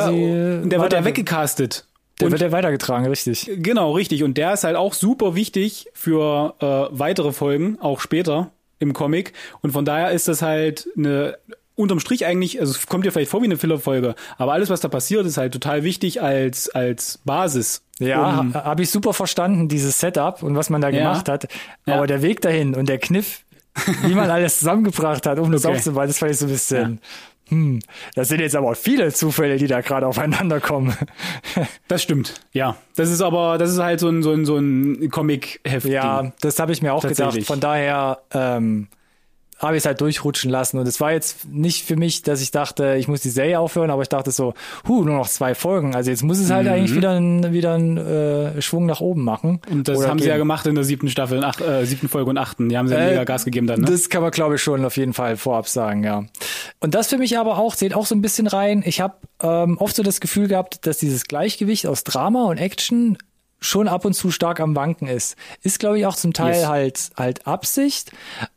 ja weggecastet. Der wird ja weitergetragen, richtig. Genau, richtig. Und der ist halt auch super wichtig für weitere Folgen, auch später im Comic. Und von daher ist das halt unterm Strich eigentlich, also es kommt dir vielleicht vor wie eine Filler-Folge, aber alles, was da passiert, ist halt total wichtig als Basis. Ja, habe ich super verstanden, dieses Setup und was man da gemacht hat. Aber der Weg dahin und der Kniff, wie man alles zusammengebracht hat, um das aufzubauen, das fand ich so ein bisschen Das sind jetzt aber viele Zufälle, die da gerade aufeinander kommen. Das stimmt, ja. Das ist halt so ein Comic-Heft. Ja, das habe ich mir auch gedacht. Von daher habe ich es halt durchrutschen lassen. Und es war jetzt nicht für mich, dass ich dachte, ich muss die Serie aufhören, aber ich dachte so, nur noch 2 Folgen. Also jetzt muss es halt eigentlich wieder einen Schwung nach oben machen. Und das haben sie ja gemacht in der 7. Staffel, 7. Folge und 8. Die haben sie ja mega Gas gegeben dann, ne? Das kann man, glaube ich, schon auf jeden Fall vorab sagen, ja. Und das für mich aber auch, zählt auch so ein bisschen rein. Ich habe oft so das Gefühl gehabt, dass dieses Gleichgewicht aus Drama und Action schon ab und zu stark am Wanken ist. Ist, glaube ich, auch zum Teil halt Absicht,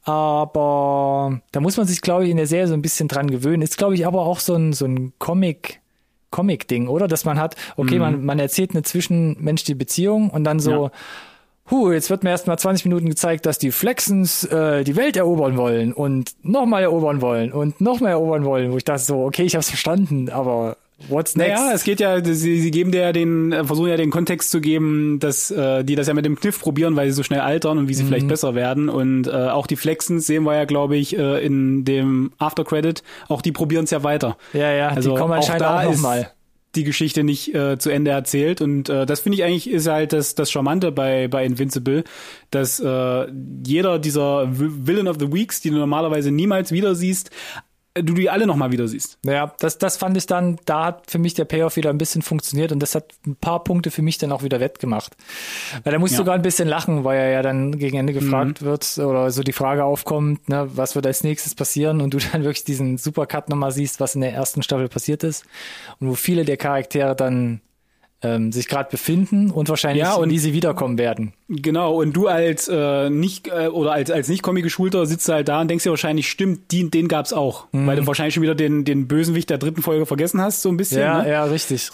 aber da muss man sich, glaube ich, in der Serie so ein bisschen dran gewöhnen. Ist, glaube ich, aber auch so ein Comic-Ding, oder? Dass man hat, okay, man erzählt eine zwischenmenschliche Beziehung und dann so, jetzt wird mir erst mal 20 Minuten gezeigt, dass die Flexens die Welt erobern wollen und nochmal erobern wollen und nochmal erobern wollen, wo ich dachte so, okay, ich hab's verstanden, aber what's next? Naja, es geht ja, sie geben dir ja versuchen ja den Kontext zu geben, dass die das ja mit dem Kniff probieren, weil sie so schnell altern und wie sie vielleicht besser werden. Und auch die Flexens sehen wir ja, glaube ich, in dem Aftercredit, auch die probieren es ja weiter. Ja, also die kommen anscheinend auch nochmal. Die Geschichte nicht zu Ende erzählt. Und das finde ich eigentlich ist halt das Charmante bei Invincible, dass jeder dieser Villain of the Weeks, die du normalerweise niemals wieder siehst, du die alle nochmal wieder siehst. Ja, das fand ich dann, da hat für mich der Payoff wieder ein bisschen funktioniert und das hat ein paar Punkte für mich dann auch wieder wettgemacht. Weil da musst du sogar ein bisschen lachen, weil er ja dann gegen Ende gefragt wird oder so die Frage aufkommt, ne, was wird als nächstes passieren und du dann wirklich diesen Supercut nochmal siehst, was in der ersten Staffel passiert ist und wo viele der Charaktere dann sich gerade befinden und wahrscheinlich wie sie wiederkommen werden. Genau, und du als nicht Comic geschulter sitzt halt da und denkst dir wahrscheinlich, stimmt, den gab's auch, weil du wahrscheinlich schon wieder den Bösenwicht der 3. Folge vergessen hast, so ein bisschen. Ja, ne? Ja, richtig.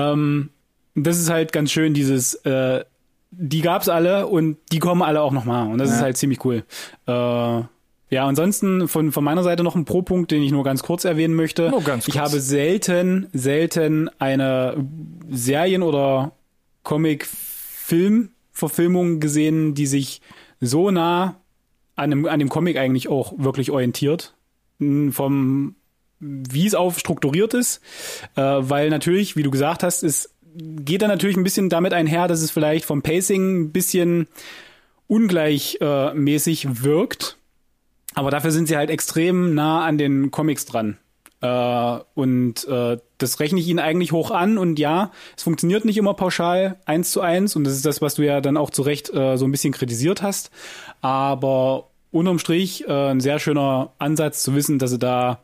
Das ist halt ganz schön, dieses die gab's alle und die kommen alle auch nochmal und das ist halt ziemlich cool. Ja, ansonsten von meiner Seite noch ein Pro-Punkt, den ich nur ganz kurz erwähnen möchte. Nur ganz kurz. Ich habe selten eine Serien- oder Comic-Film-Verfilmung gesehen, die sich so nah an dem Comic eigentlich auch wirklich orientiert. Wie es auch strukturiert ist. Weil natürlich, wie du gesagt hast, es geht dann natürlich ein bisschen damit einher, dass es vielleicht vom Pacing ein bisschen ungleichmäßig wirkt. Aber dafür sind sie halt extrem nah an den Comics dran. Und das rechne ich ihnen eigentlich hoch an. Und ja, es funktioniert nicht immer pauschal 1:1. Und das ist das, was du ja dann auch zu Recht so ein bisschen kritisiert hast. Aber unterm Strich ein sehr schöner Ansatz zu wissen, dass sie da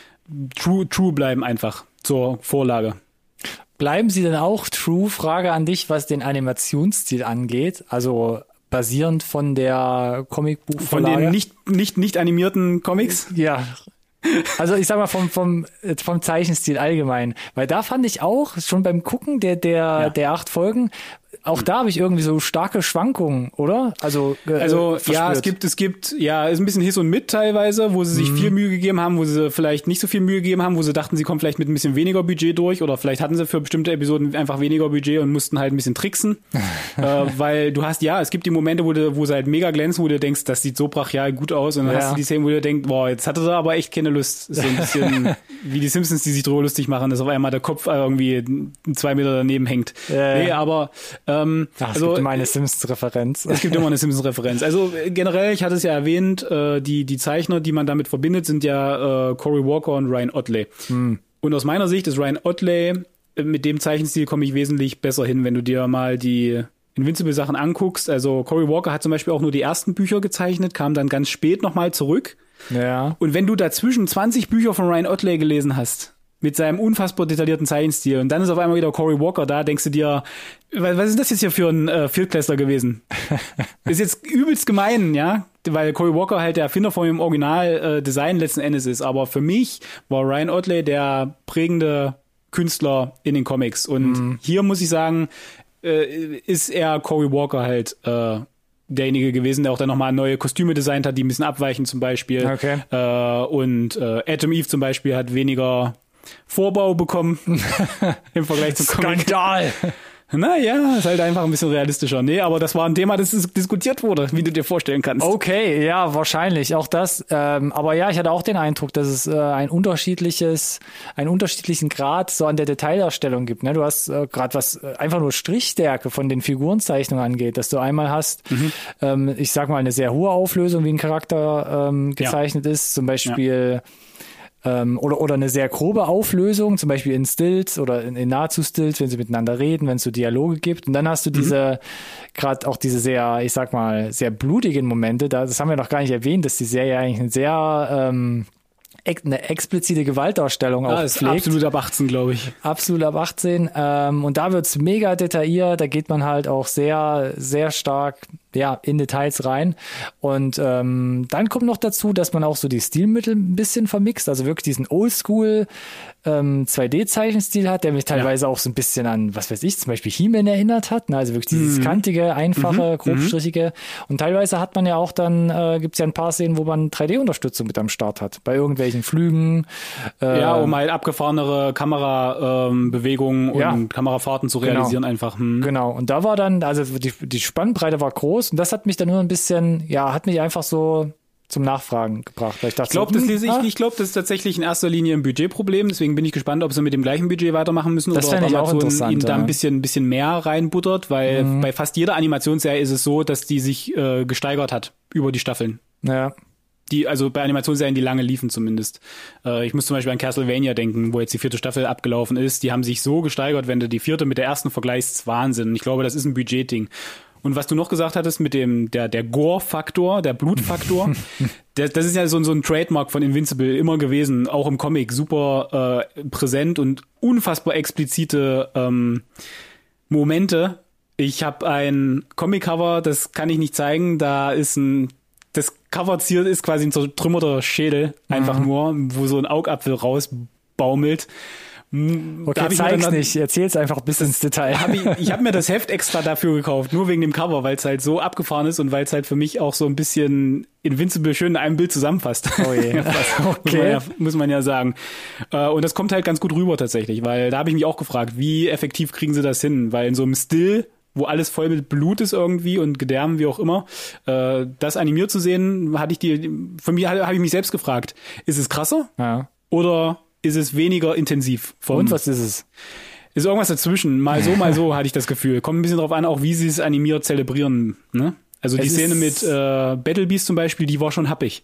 true bleiben einfach zur Vorlage. Bleiben sie denn auch true? Frage an dich, was den Animationsstil angeht. Also basierend von der Comicbuchvorlage. Von den nicht animierten Comics? Ja. Also ich sag mal vom Zeichenstil allgemein. Weil da fand ich auch, schon beim Gucken der 8 Folgen, auch da habe ich irgendwie so starke Schwankungen, oder? Also ja, es gibt, ist ein bisschen Hiss und Mit teilweise, wo sie sich viel Mühe gegeben haben, wo sie vielleicht nicht so viel Mühe gegeben haben, wo sie dachten, sie kommen vielleicht mit ein bisschen weniger Budget durch oder vielleicht hatten sie für bestimmte Episoden einfach weniger Budget und mussten halt ein bisschen tricksen. Weil du hast, es gibt die Momente, wo sie halt mega glänzen, wo du denkst, das sieht so brachial gut aus und dann hast du die Szenen, wo du denkst, boah, jetzt hatte sie aber echt keine Lust. So ein bisschen wie die Simpsons, die sich drüber lustig machen, dass auf einmal der Kopf irgendwie 2 Meter daneben hängt. Nee, aber es gibt immer eine Simpsons-Referenz. Es gibt immer eine Simpsons-Referenz. Also generell, ich hatte es ja erwähnt, die Zeichner, die man damit verbindet, sind ja Cory Walker und Ryan Ottley. Und aus meiner Sicht ist Ryan Ottley, mit dem Zeichenstil komme ich wesentlich besser hin, wenn du dir mal die Invincible-Sachen anguckst. Also Cory Walker hat zum Beispiel auch nur die ersten Bücher gezeichnet, kam dann ganz spät nochmal zurück. Ja. Und wenn du dazwischen 20 Bücher von Ryan Ottley gelesen hast, mit seinem unfassbar detaillierten Zeichenstil. Und dann ist auf einmal wieder Cory Walker da, denkst du dir, was ist das jetzt hier für ein Viertklässler gewesen? Ist jetzt übelst gemein, ja, weil Cory Walker halt der Erfinder von dem Original-Design letzten Endes ist. Aber für mich war Ryan Ottley der prägende Künstler in den Comics. Und hier muss ich sagen, ist er Cory Walker halt derjenige gewesen, der auch dann nochmal neue Kostüme designt hat, die ein bisschen abweichen zum Beispiel. Okay. Und Atom Eve zum Beispiel hat weniger Vorbau bekommen im Vergleich zum Comic. Skandal! Naja, ist halt einfach ein bisschen realistischer. Nee, aber das war ein Thema, das diskutiert wurde, wie du dir vorstellen kannst. Okay, ja, wahrscheinlich auch das. Aber ja, ich hatte auch den Eindruck, dass es einen unterschiedlichen Grad so an der Detaildarstellung gibt. Ne? Du hast gerade was einfach nur Strichstärke von den Figurenzeichnungen angeht, dass du einmal hast, ich sag mal, eine sehr hohe Auflösung, wie ein Charakter gezeichnet ist, zum Beispiel oder eine sehr grobe Auflösung, zum Beispiel in Stills oder in nahezu Stills, wenn sie miteinander reden, wenn es so Dialoge gibt. Und dann hast du gerade auch diese sehr, ich sag mal, sehr blutigen Momente. Das haben wir noch gar nicht erwähnt, dass die Serie eigentlich eine explizite Gewaltdarstellung auch ist pflegt. Absolut ab 18, glaube ich. Absolut ab 18. Und da wird's mega detailliert. Da geht man halt auch sehr, sehr stark in Details rein. Und dann kommt noch dazu, dass man auch so die Stilmittel ein bisschen vermixt. Also wirklich diesen Oldschool 2D-Zeichenstil hat, der mich teilweise auch so ein bisschen an, was weiß ich, zum Beispiel He-Man erinnert hat. Also wirklich dieses kantige, einfache, grobstrichige. Und teilweise hat man ja auch dann, gibt's ja ein paar Szenen, wo man 3D-Unterstützung mit am Start hat. Bei irgendwelchen Flügen. Um halt abgefahrenere Kamerabewegungen und Kamerafahrten zu realisieren einfach. Genau. Und da war dann, also die Spannbreite war groß und das hat mich dann nur ein bisschen, hat mich einfach so zum Nachfragen gebracht. Weil ich dachte, ich glaube, das ist tatsächlich in erster Linie ein Budgetproblem. Deswegen bin ich gespannt, ob sie mit dem gleichen Budget weitermachen müssen das oder ob Amazon ihnen da ein bisschen mehr reinbuttert, weil bei fast jeder Animationsserie ist es so, dass die sich gesteigert hat über die Staffeln. Ja. Also bei Animationsserien, die lange liefen zumindest. Ich muss zum Beispiel an Castlevania denken, wo jetzt die 4. Staffel abgelaufen ist. Die haben sich so gesteigert, wenn du die 4. mit der ersten vergleichst, Wahnsinn. Ich glaube, das ist ein Budgetding. Und was du noch gesagt hattest mit dem der Gore-Faktor, der Blutfaktor, das ist ja so ein Trademark von Invincible immer gewesen, auch im Comic, super präsent und unfassbar explizite Momente. Ich habe ein Comic-Cover, das kann ich nicht zeigen, das Cover ziert ist quasi ein zertrümmerter Schädel, einfach nur, wo so ein Augapfel rausbaumelt. Okay, zeig's nicht, erzähl's einfach bis ins Detail. Ich hab mir das Heft extra dafür gekauft, nur wegen dem Cover, weil es halt so abgefahren ist und weil es halt für mich auch so ein bisschen Invincible schön in einem Bild zusammenfasst. Oh je. Okay. muss man ja sagen. Und das kommt halt ganz gut rüber tatsächlich, weil da habe ich mich auch gefragt, wie effektiv kriegen sie das hin? Weil in so einem Still, wo alles voll mit Blut ist irgendwie und Gedärmen, wie auch immer, das animiert zu sehen, habe ich mich selbst gefragt, ist es krasser? Ja. Oder ist es weniger intensiv? Und was ist es? Ist irgendwas dazwischen. Mal so hatte ich das Gefühl. Kommt ein bisschen drauf an, auch wie sie es animiert zelebrieren. Ne? Also die Szene mit Battle Beast zum Beispiel, die war schon happig.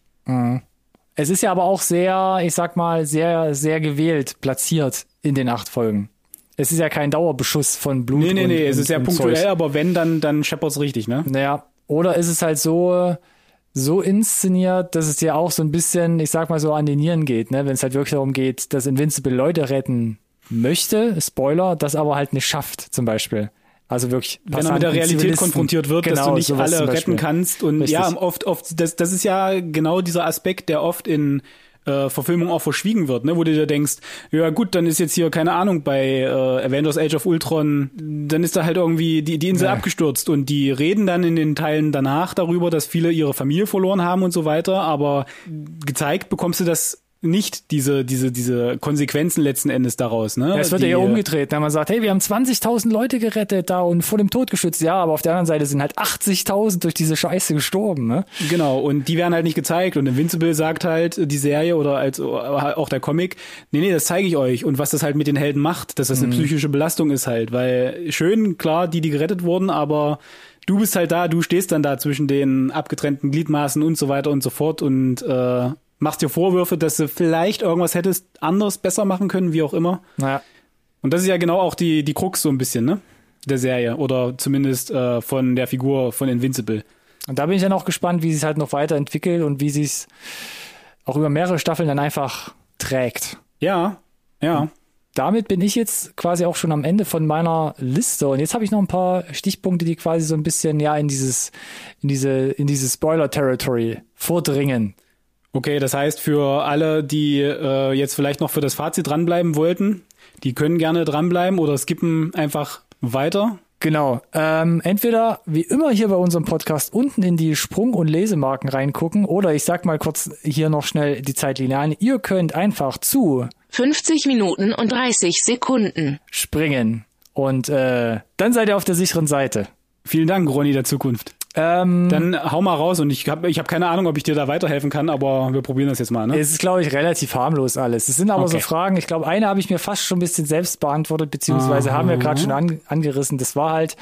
Es ist ja aber auch sehr, ich sag mal, sehr, sehr gewählt platziert in den 8 Folgen. Es ist ja kein Dauerbeschuss von Blut. Nee, es ist ja punktuell, aber wenn, dann scheppert's richtig, ne? Naja, oder ist es halt so inszeniert, dass es dir auch so ein bisschen, ich sag mal so, an die Nieren geht, ne? Wenn es halt wirklich darum geht, dass Invincible Leute retten möchte, Spoiler, das aber halt nicht schafft, zum Beispiel. Also wirklich. Wenn er mit der Realität konfrontiert wird, dass du nicht alle retten kannst. Und richtig. Ja, oft, das ist ja genau dieser Aspekt, der oft in Verfilmung auch verschwiegen wird, ne, wo du dir denkst, ja gut, dann ist jetzt hier, keine Ahnung, bei Avengers Age of Ultron, dann ist da halt irgendwie die Insel abgestürzt und die reden dann in den Teilen danach darüber, dass viele ihre Familie verloren haben und so weiter, aber gezeigt bekommst du das nicht, diese Konsequenzen letzten Endes daraus, ne? Ja, es wird ja umgedreht, wenn man sagt, hey, wir haben 20.000 Leute gerettet da und vor dem Tod geschützt, ja, aber auf der anderen Seite sind halt 80.000 durch diese Scheiße gestorben, ne? Genau, und die werden halt nicht gezeigt und Invincible sagt halt, die Serie oder auch der Comic, nee, das zeige ich euch und was das halt mit den Helden macht, dass das eine psychische Belastung ist halt, weil schön, klar, die gerettet wurden, aber du bist halt da, du stehst dann da zwischen den abgetrennten Gliedmaßen und so weiter und so fort und machst dir Vorwürfe, dass du vielleicht irgendwas hättest anders besser machen können, wie auch immer. Naja. Und das ist ja genau auch die Krux so ein bisschen, ne? Der Serie oder zumindest von der Figur von Invincible. Und da bin ich dann auch gespannt, wie sie es halt noch weiterentwickelt und wie sie es auch über mehrere Staffeln dann einfach trägt. Ja. Damit bin ich jetzt quasi auch schon am Ende von meiner Liste und jetzt habe ich noch ein paar Stichpunkte, die quasi so ein bisschen in diese Spoiler-Territory vordringen. Okay, das heißt für alle, die jetzt vielleicht noch für das Fazit dranbleiben wollten, die können gerne dranbleiben oder skippen einfach weiter. Genau. Entweder wie immer hier bei unserem Podcast unten in die Sprung- und Lesemarken reingucken oder ich sag mal kurz hier noch schnell die Zeitlinie an. Ihr könnt einfach zu 50 Minuten und 30 Sekunden springen. Und dann seid ihr auf der sicheren Seite. Vielen Dank, Ronny der Zukunft. Dann hau mal raus und ich hab keine Ahnung, ob ich dir da weiterhelfen kann, aber wir probieren das jetzt mal. Ne? Es ist, glaube ich, relativ harmlos alles. Es sind aber so Fragen, ich glaube, eine habe ich mir fast schon ein bisschen selbst beantwortet, beziehungsweise haben wir gerade schon angerissen. Das war halt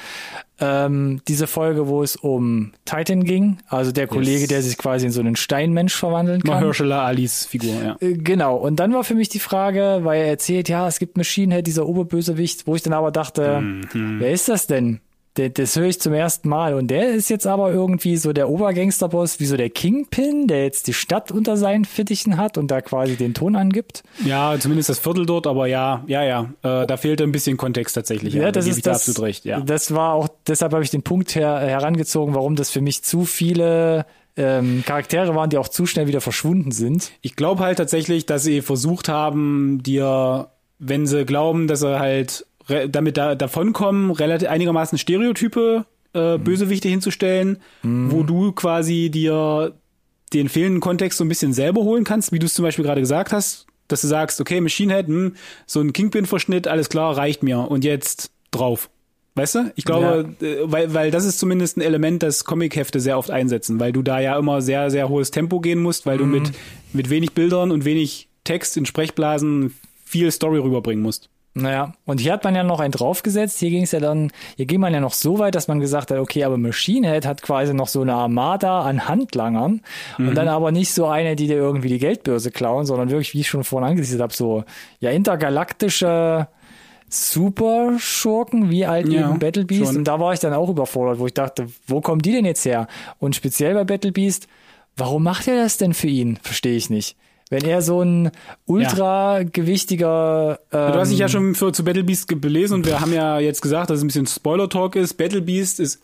diese Folge, wo es um Titan ging, also der Kollege, der sich quasi in so einen Steinmensch verwandeln kann. Mahershala Alis Figur, ja. Genau, und dann war für mich die Frage, weil er erzählt, ja, es gibt Machine Head, dieser Oberbösewicht, wo ich dann aber dachte, wer ist das denn? Das höre ich zum ersten Mal. Und der ist jetzt aber irgendwie so der Obergangsterboss, wie so der Kingpin, der jetzt die Stadt unter seinen Fittichen hat und da quasi den Ton angibt. Ja, zumindest das Viertel dort, aber ja. Da fehlte ein bisschen Kontext tatsächlich. Ja, das da ist das, absolut recht, ja. Das war auch, deshalb habe ich den Punkt herangezogen, warum das für mich zu viele Charaktere waren, die auch zu schnell wieder verschwunden sind. Ich glaube halt tatsächlich, dass sie versucht haben, dir, wenn sie glauben, dass sie halt damit davonkommen, relativ einigermaßen Stereotype Bösewichte hinzustellen, wo du quasi dir den fehlenden Kontext so ein bisschen selber holen kannst, wie du es zum Beispiel gerade gesagt hast, dass du sagst, okay, Machine Head, so ein Kingpin-Verschnitt, alles klar, reicht mir und jetzt drauf. Weißt du? Ich glaube, weil das ist zumindest ein Element, das Comic-Hefte sehr oft einsetzen, weil du da ja immer sehr, sehr hohes Tempo gehen musst, weil du mit wenig Bildern und wenig Text in Sprechblasen viel Story rüberbringen musst. Naja, und hier hat man ja noch einen draufgesetzt. Hier ging man ja noch so weit, dass man gesagt hat, okay, aber Machine Head hat quasi noch so eine Armada an Handlangern und dann aber nicht so eine, die dir irgendwie die Geldbörse klauen, sondern wirklich, wie ich schon vorhin angesiedelt habe, so ja intergalaktische Super-Schurken, wie halt eben Battle Beast. Schon. Und da war ich dann auch überfordert, wo ich dachte, wo kommen die denn jetzt her? Und speziell bei Battle Beast, warum macht er das denn für ihn? Verstehe ich nicht. Wenn er so ein ultra-gewichtiger... du hast dich ja schon zu Battle Beast belesen und wir haben ja jetzt gesagt, dass es ein bisschen Spoiler-Talk ist. Battle Beast ist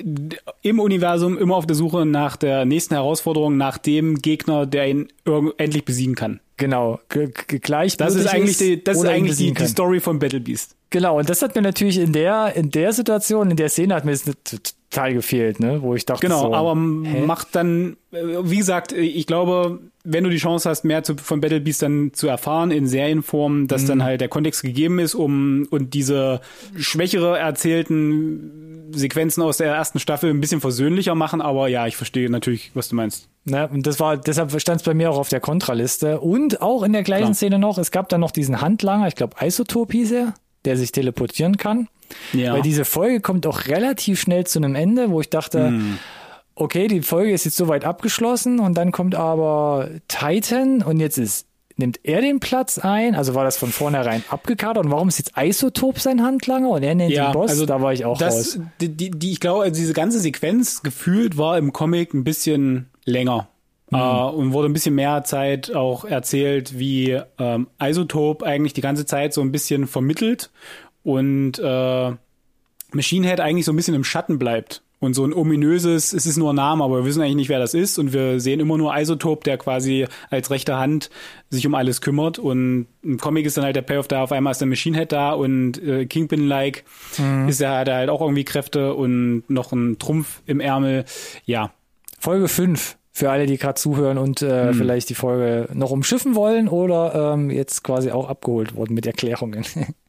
im Universum immer auf der Suche nach der nächsten Herausforderung, nach dem Gegner, der ihn endlich besiegen kann. Genau, gleich. Das ist eigentlich die Story von Battle Beast. Genau, und das hat mir natürlich in der Situation, in der Szene hat mir das total gefehlt, ne, wo ich dachte, genau, so, aber macht dann, wie gesagt, ich glaube, wenn du die Chance hast, mehr von Battle Beast dann zu erfahren in Serienform, dass dann halt der Kontext gegeben ist, und diese schwächere erzählten Sequenzen aus der ersten Staffel ein bisschen versöhnlicher machen, aber ja, ich verstehe natürlich, was du meinst. Na, und deshalb stand es bei mir auch auf der Kontraliste. Und auch in der gleichen Szene noch, es gab dann noch diesen Handlanger, ich glaube Isotop hieß er, der sich teleportieren kann. Ja. Weil diese Folge kommt auch relativ schnell zu einem Ende, wo ich dachte, okay, die Folge ist jetzt soweit abgeschlossen und dann kommt aber Titan und jetzt nimmt er den Platz ein, also war das von vornherein abgekadert und warum ist jetzt Isotop sein Handlanger und er nennt den Boss, also da war ich auch raus. Ich glaube, also diese ganze Sequenz gefühlt war im Comic ein bisschen länger. Und wurde ein bisschen mehr Zeit auch erzählt, wie Isotop eigentlich die ganze Zeit so ein bisschen vermittelt und Machine Head eigentlich so ein bisschen im Schatten bleibt. Und so ein ominöses, es ist nur ein Name, aber wir wissen eigentlich nicht, wer das ist. Und wir sehen immer nur Isotop, der quasi als rechte Hand sich um alles kümmert. Und im Comic ist dann halt der Payoff da, auf einmal ist der Machine Head da und Kingpin-like hat er halt auch irgendwie Kräfte und noch einen Trumpf im Ärmel. Ja. Folge 5. Für alle, die gerade zuhören und vielleicht die Folge noch umschiffen wollen oder jetzt quasi auch abgeholt wurden mit Erklärungen.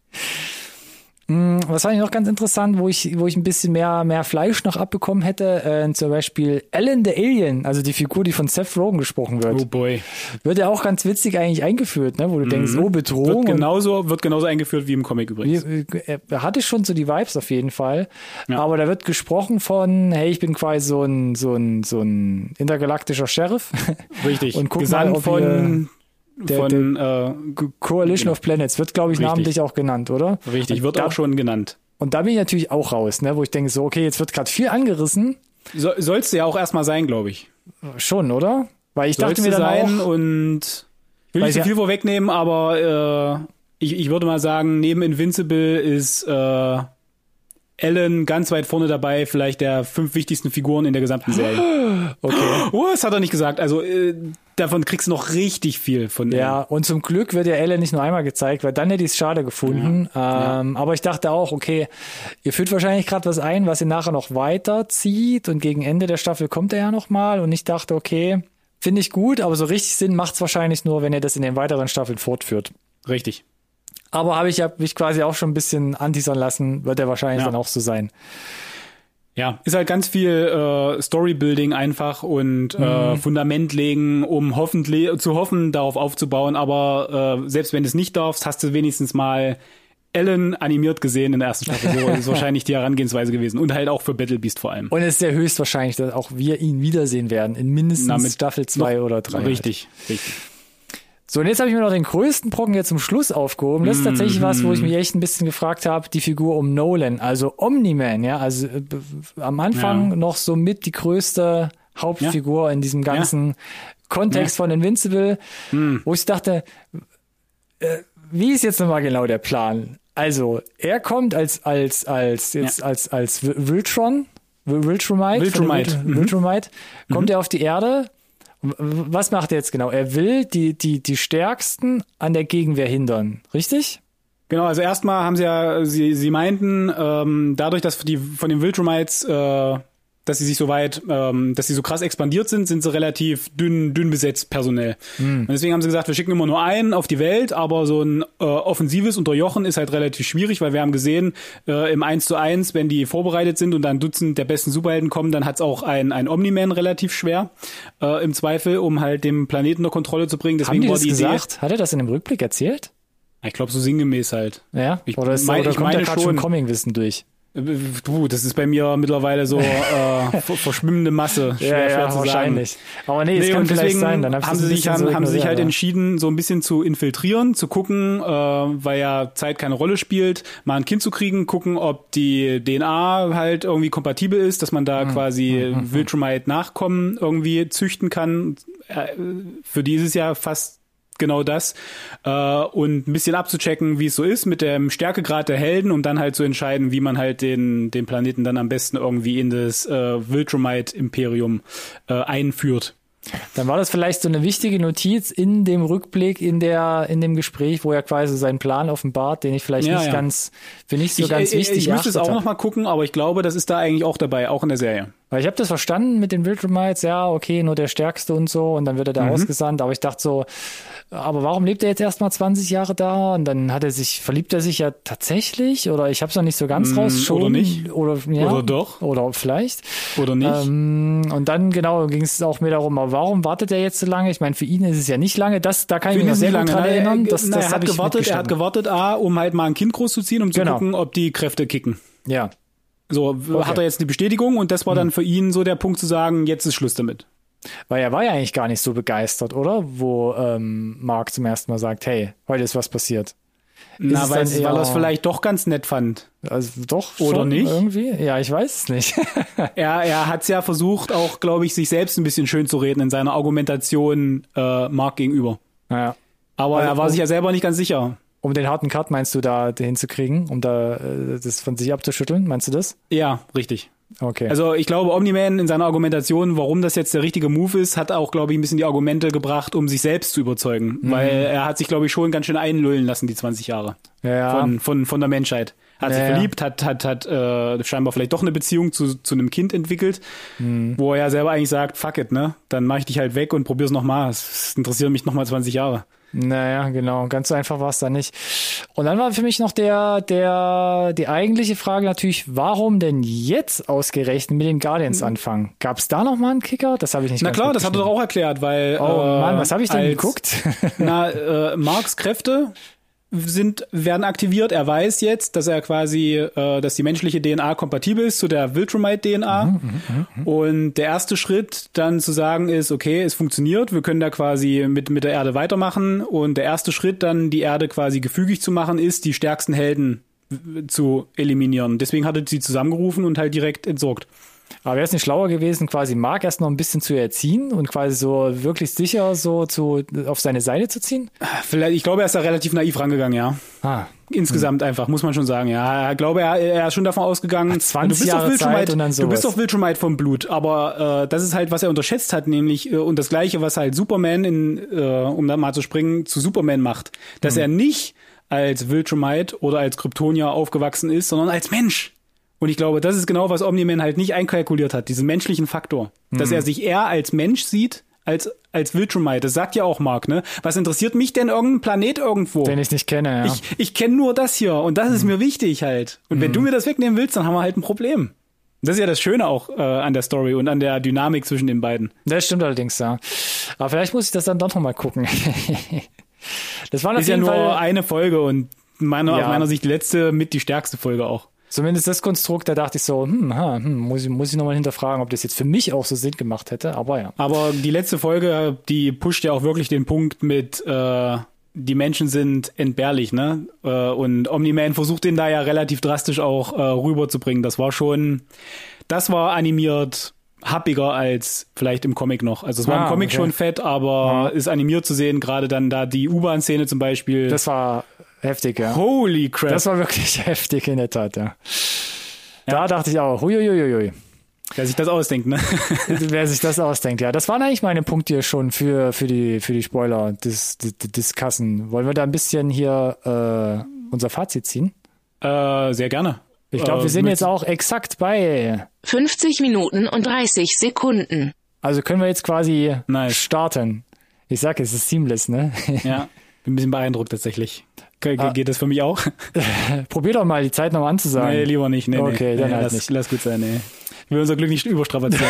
Was fand ich noch ganz interessant, wo ich ein bisschen mehr Fleisch noch abbekommen hätte, zum Beispiel Alan the Alien, also die Figur, die von Seth Rogen gesprochen wird. Oh boy. Wird ja auch ganz witzig eigentlich eingeführt, ne? Wo du denkst, oh, Bedrohung. Wird genauso eingeführt wie im Comic übrigens. Er hatte schon so die Vibes auf jeden Fall, aber da wird gesprochen von, hey, ich bin quasi so ein intergalaktischer Sheriff. Richtig. Und guck mal, von Coalition of Planets wird, glaube ich, namentlich auch genannt, oder? Richtig, wird auch schon genannt. Und da bin ich natürlich auch raus, ne, wo ich denke so, okay, jetzt wird gerade viel angerissen. Soll's ja auch erstmal sein, glaube ich. Schon, oder? Weil ich dachte mir dann sein auch, und ich will nicht so viel vorwegnehmen, aber ich würde mal sagen, neben Invincible ist Alan ganz weit vorne dabei, vielleicht der 5 wichtigsten Figuren in der gesamten Serie. Okay. Oh, das hat er nicht gesagt. Also davon kriegst du noch richtig viel von dem. Ja, und zum Glück wird ja Alan nicht nur einmal gezeigt, weil dann hätte ich es schade gefunden. Aber ich dachte auch, okay, ihr führt wahrscheinlich gerade was ein, was ihr nachher noch weiterzieht und gegen Ende der Staffel kommt er ja noch mal. Und ich dachte, okay, finde ich gut, aber so richtig Sinn macht es wahrscheinlich nur, wenn ihr das in den weiteren Staffeln fortführt. Richtig. Aber habe ich mich quasi auch schon ein bisschen anteasern lassen, wird er wahrscheinlich dann auch so sein. Ja, ist halt ganz viel Storybuilding einfach und Fundament legen, um zu hoffen, darauf aufzubauen. Aber selbst wenn du es nicht darfst, hast du wenigstens mal Ellen animiert gesehen in der ersten Staffel. So ist wahrscheinlich die Herangehensweise gewesen. Und halt auch für Battle Beast vor allem. Und es ist sehr höchstwahrscheinlich, dass auch wir ihn wiedersehen werden in mindestens Staffel 2 oder 3. Richtig, richtig. So, und jetzt habe ich mir noch den größten Brocken jetzt zum Schluss aufgehoben. Das ist tatsächlich was, wo ich mich echt ein bisschen gefragt habe, die Figur um Nolan, also Omni-Man, ja, also am Anfang noch so mit die größte Hauptfigur in diesem ganzen Kontext von Invincible, wo ich dachte, wie ist jetzt nochmal genau der Plan? Also, er kommt als Viltrumite, kommt er auf die Erde. Was macht er jetzt genau? Er will die Stärksten an der Gegenwehr hindern, richtig? Genau, also erstmal haben sie meinten, dadurch, dass die von den Viltrumites, dass sie sich so weit, dass sie so krass expandiert sind sie relativ dünn besetzt personell. Und deswegen haben sie gesagt, wir schicken immer nur einen auf die Welt, aber so ein offensives Unterjochen ist halt relativ schwierig, weil wir haben gesehen, im 1:1, wenn die vorbereitet sind und dann ein Dutzend der besten Superhelden kommen, dann hat's auch ein Omni-Man relativ schwer, im Zweifel, um halt dem Planeten unter Kontrolle zu bringen. Deswegen haben die das gesagt? Hat er das in dem Rückblick erzählt? Ich glaube, so sinngemäß halt. Ja? Oder kommt da gerade schon Comic-Wissen durch? Das ist bei mir mittlerweile so verschwimmende Masse. Schwer zu wahrscheinlich. Sagen. Aber nee, es kann vielleicht sein. Dann haben sie sich halt entschieden, so ein bisschen zu infiltrieren, zu gucken, weil ja Zeit keine Rolle spielt, mal ein Kind zu kriegen, gucken, ob die DNA halt irgendwie kompatibel ist, dass man da quasi Viltrumite Nachkommen irgendwie züchten kann. Für die ist es ja fast genau das, und ein bisschen abzuchecken, wie es so ist mit dem Stärkegrad der Helden, um dann halt zu entscheiden, wie man halt den Planeten dann am besten irgendwie in das Viltrumite-Imperium einführt. Dann war das vielleicht so eine wichtige Notiz in dem Rückblick, in dem Gespräch, wo er quasi seinen Plan offenbart, den ich vielleicht nicht ganz wichtig Ich müsste es auch noch mal gucken, aber ich glaube, das ist da eigentlich auch dabei, auch in der Serie. Weil ich habe das verstanden mit den Viltrumites, ja, okay, nur der Stärkste und so, und dann wird er da ausgesandt, aber ich dachte so, aber warum lebt er jetzt erstmal 20 Jahre da? Und dann verliebt er sich ja tatsächlich, oder ich habe es noch nicht so ganz raus. Schon, oder nicht. Oder doch. Oder vielleicht. Oder nicht. Und dann, genau, ging es auch mehr darum, aber warum wartet er jetzt so lange? Ich meine, für ihn ist es ja nicht lange. Da kann ich mich noch sehr gut dran erinnern. Er hat gewartet, um halt mal ein Kind großzuziehen, um zu gucken, ob die Kräfte kicken. Ja. So, hat er jetzt die Bestätigung, und das war dann für ihn so der Punkt zu sagen, jetzt ist Schluss damit. Weil er war ja eigentlich gar nicht so begeistert, oder? Wo Mark zum ersten Mal sagt, hey, heute ist was passiert. Weil er es vielleicht doch ganz nett fand. Also doch, oder schon nicht? Irgendwie? Ja, ich weiß es nicht. Er hat es ja versucht, auch, glaube ich, sich selbst ein bisschen schön zu reden in seiner Argumentation Mark gegenüber. Ja. Aber er war sich ja selber nicht ganz sicher. Um den harten Cut, meinst du, da hinzukriegen, um da das von sich abzuschütteln? Meinst du das? Ja, richtig. Okay. Also ich glaube, Omni-Man in seiner Argumentation, warum das jetzt der richtige Move ist, hat auch, glaube ich, ein bisschen die Argumente gebracht, um sich selbst zu überzeugen. Weil er hat sich, glaube ich, schon ganz schön einlullen lassen, die 20 Jahre. Ja. Von der Menschheit. Hat sich verliebt, hat scheinbar vielleicht doch eine Beziehung zu einem Kind entwickelt, wo er ja selber eigentlich sagt, fuck it, ne? Dann mach ich dich halt weg und probier's nochmal. Es interessiert mich nochmal 20 Jahre. Naja, genau. Ganz so einfach war es da nicht. Und dann war für mich noch die eigentliche Frage natürlich, warum denn jetzt ausgerechnet mit den Guardians anfangen? Gab es da noch mal einen Kicker? Das habe ich nicht Na klar, das hat er doch auch erklärt, weil oh Mann, was habe ich denn geguckt? Marks Kräfte werden aktiviert. Er weiß jetzt, dass er quasi, dass die menschliche DNA kompatibel ist zu der Viltrumite-DNA. Und der erste Schritt dann zu sagen ist, okay, es funktioniert, wir können da quasi mit der Erde weitermachen. Und der erste Schritt dann, die Erde quasi gefügig zu machen, ist, die stärksten Helden zu eliminieren. Deswegen hat er sie zusammengerufen und halt direkt entsorgt. Aber wäre es nicht schlauer gewesen, quasi Mark erst noch ein bisschen zu erziehen und quasi so wirklich sicher so auf seine Seite zu ziehen? Vielleicht, ich glaube, er ist da relativ naiv rangegangen, ja. Insgesamt einfach, muss man schon sagen, ja. Ich glaube, er ist schon davon ausgegangen, 20 Jahre Zeit und dann sowas. Du bist doch Viltrumite vom Blut, aber das ist halt, was er unterschätzt hat, nämlich, und das Gleiche, was halt Superman, um da mal zu springen, zu Superman macht, dass er nicht als Viltrumite oder als Kryptonier aufgewachsen ist, sondern als Mensch. Und ich glaube, das ist genau, was Omni-Man halt nicht einkalkuliert hat, diesen menschlichen Faktor. Dass er sich eher als Mensch sieht, als Viltrumite. Das sagt ja auch Mark, ne? Was interessiert mich denn irgendein Planet irgendwo? Den ich nicht kenne, ja. Ich kenne nur das hier und das ist mir wichtig halt. Und wenn du mir das wegnehmen willst, dann haben wir halt ein Problem. Das ist ja das Schöne auch an der Story und an der Dynamik zwischen den beiden. Das stimmt allerdings, ja. Aber vielleicht muss ich das dann doch noch mal gucken. Das war ist ja nur eine Folge und aus meiner Sicht die letzte mit die stärkste Folge auch. Zumindest das Konstrukt, da dachte ich so, muss ich nochmal hinterfragen, ob das jetzt für mich auch so Sinn gemacht hätte, aber ja. Aber die letzte Folge, die pusht ja auch wirklich den Punkt mit, die Menschen sind entbehrlich, ne? Und Omni-Man versucht den da ja relativ drastisch auch rüberzubringen. Das war animiert happiger als vielleicht im Comic noch. Also es war im Comic schon fett, aber ist animiert zu sehen, gerade dann da die U-Bahn-Szene zum Beispiel. Das war heftig, ja. Holy crap. Das war wirklich heftig in der Tat, ja. Da dachte ich auch, huiuiuiui. Wer sich das ausdenkt, ne? Wer sich das ausdenkt, ja. Das waren eigentlich meine Punkte hier schon für die Spoiler discussen. Wollen wir da ein bisschen hier unser Fazit ziehen? Sehr gerne. Ich glaube, wir sind jetzt auch exakt bei 50 Minuten und 30 Sekunden. Also können wir jetzt quasi starten. Ich sag, es ist seamless, ne? Ja, bin ein bisschen beeindruckt tatsächlich. Geht das für mich auch? Probier doch mal die Zeit noch anzusagen. Nee, lieber nicht. Nee, okay, dann halt nicht. Lass gut sein, nee. Ich will unser Glück nicht überstrapazieren.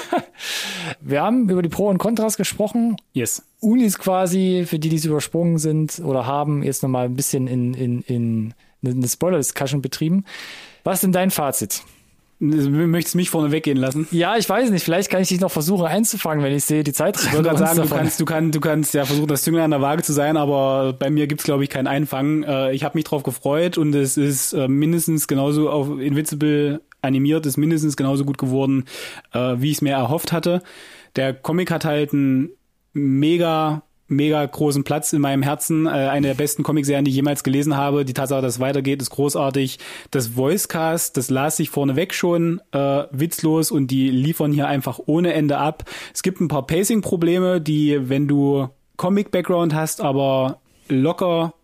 Wir haben über die Pro und Kontras gesprochen. Yes. Unis quasi, für die es übersprungen sind oder haben, jetzt nochmal ein bisschen in eine Spoiler-Discussion betrieben. Was ist denn dein Fazit? Möchtest du mich vorne weggehen lassen? Ja, ich weiß nicht. Vielleicht kann ich dich noch versuchen einzufangen, wenn ich sehe, die Zeit. Ich würde gerade sagen, du kannst ja versuchen, das Zünglein an der Waage zu sein, aber bei mir gibt's, glaube ich, kein Einfangen. Ich habe mich drauf gefreut und es ist mindestens genauso auf Invincible animiert, ist mindestens genauso gut geworden, wie ich es mir erhofft hatte. Der Comic hat halt einen mega großen Platz in meinem Herzen. Eine der besten Comicserien, die ich jemals gelesen habe. Die Tatsache, dass es weitergeht, ist großartig. Das Voicecast, das las sich vorneweg schon witzlos und die liefern hier einfach ohne Ende ab. Es gibt ein paar Pacing-Probleme, die, wenn du Comic-Background hast, aber locker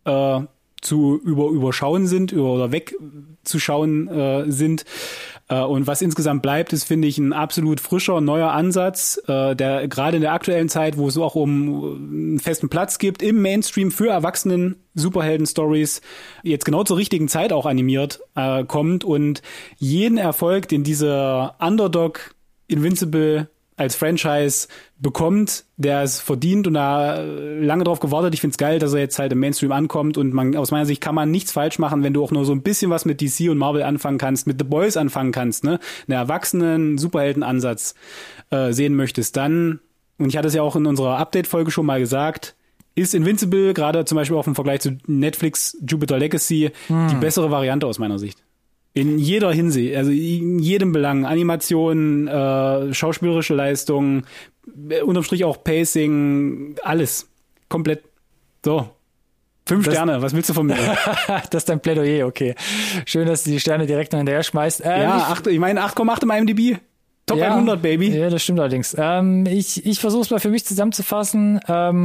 zu überschauen sind oder wegzuschauen sind. Und was insgesamt bleibt, ist, finde ich, ein absolut frischer, neuer Ansatz, der gerade in der aktuellen Zeit, wo es auch um einen festen Platz gibt, im Mainstream für Erwachsenen Superhelden-Stories, jetzt genau zur richtigen Zeit auch animiert kommt und jeden Erfolg, den dieser Underdog Invincible als Franchise bekommt, der es verdient und da lange drauf gewartet. Ich find's geil, dass er jetzt halt im Mainstream ankommt und aus meiner Sicht kann man nichts falsch machen, wenn du auch nur so ein bisschen was mit DC und Marvel anfangen kannst, mit The Boys anfangen kannst, ne? Einen erwachsenen Superhelden-Ansatz sehen möchtest, dann, und ich hatte es ja auch in unserer Update-Folge schon mal gesagt, ist Invincible, gerade zum Beispiel auch im Vergleich zu Netflix Jupiter Legacy, die bessere Variante aus meiner Sicht. In jeder Hinsicht, also in jedem Belang, Animation, schauspielerische Leistung, unterm Strich auch Pacing, alles. Komplett. So. 5 Sterne, was willst du von mir? Das ist dein Plädoyer, okay. Schön, dass du die Sterne direkt noch hinterher schmeißt. Ja, ich meine 8,8 im IMDb. Top 100, Baby. Ja, das stimmt allerdings. Ich versuche es mal für mich zusammenzufassen,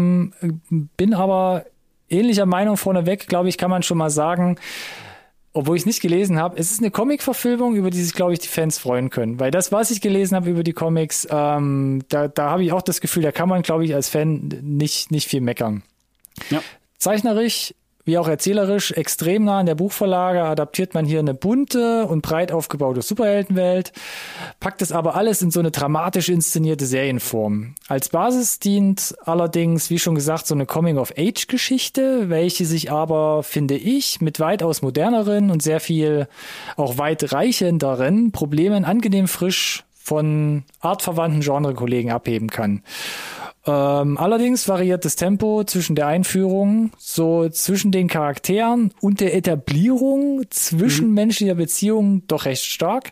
bin aber ähnlicher Meinung vorneweg, glaube ich, kann man schon mal sagen, obwohl ich es nicht gelesen habe, es ist eine Comic-Verfilmung, über die sich, glaube ich, die Fans freuen können. Weil das, was ich gelesen habe über die Comics, da habe ich auch das Gefühl, da kann man, glaube ich, als Fan nicht viel meckern. Ja. Zeichnerisch wie auch erzählerisch extrem nah an der Buchvorlage adaptiert man hier eine bunte und breit aufgebaute Superheldenwelt, packt es aber alles in so eine dramatisch inszenierte Serienform. Als Basis dient allerdings, wie schon gesagt, so eine Coming-of-Age-Geschichte, welche sich aber, finde ich, mit weitaus moderneren und sehr viel auch weit reichenderen Problemen angenehm frisch von artverwandten Genrekollegen abheben kann. Allerdings variiert das Tempo zwischen der Einführung, so zwischen den Charakteren und der Etablierung zwischenmenschlicher Beziehungen doch recht stark.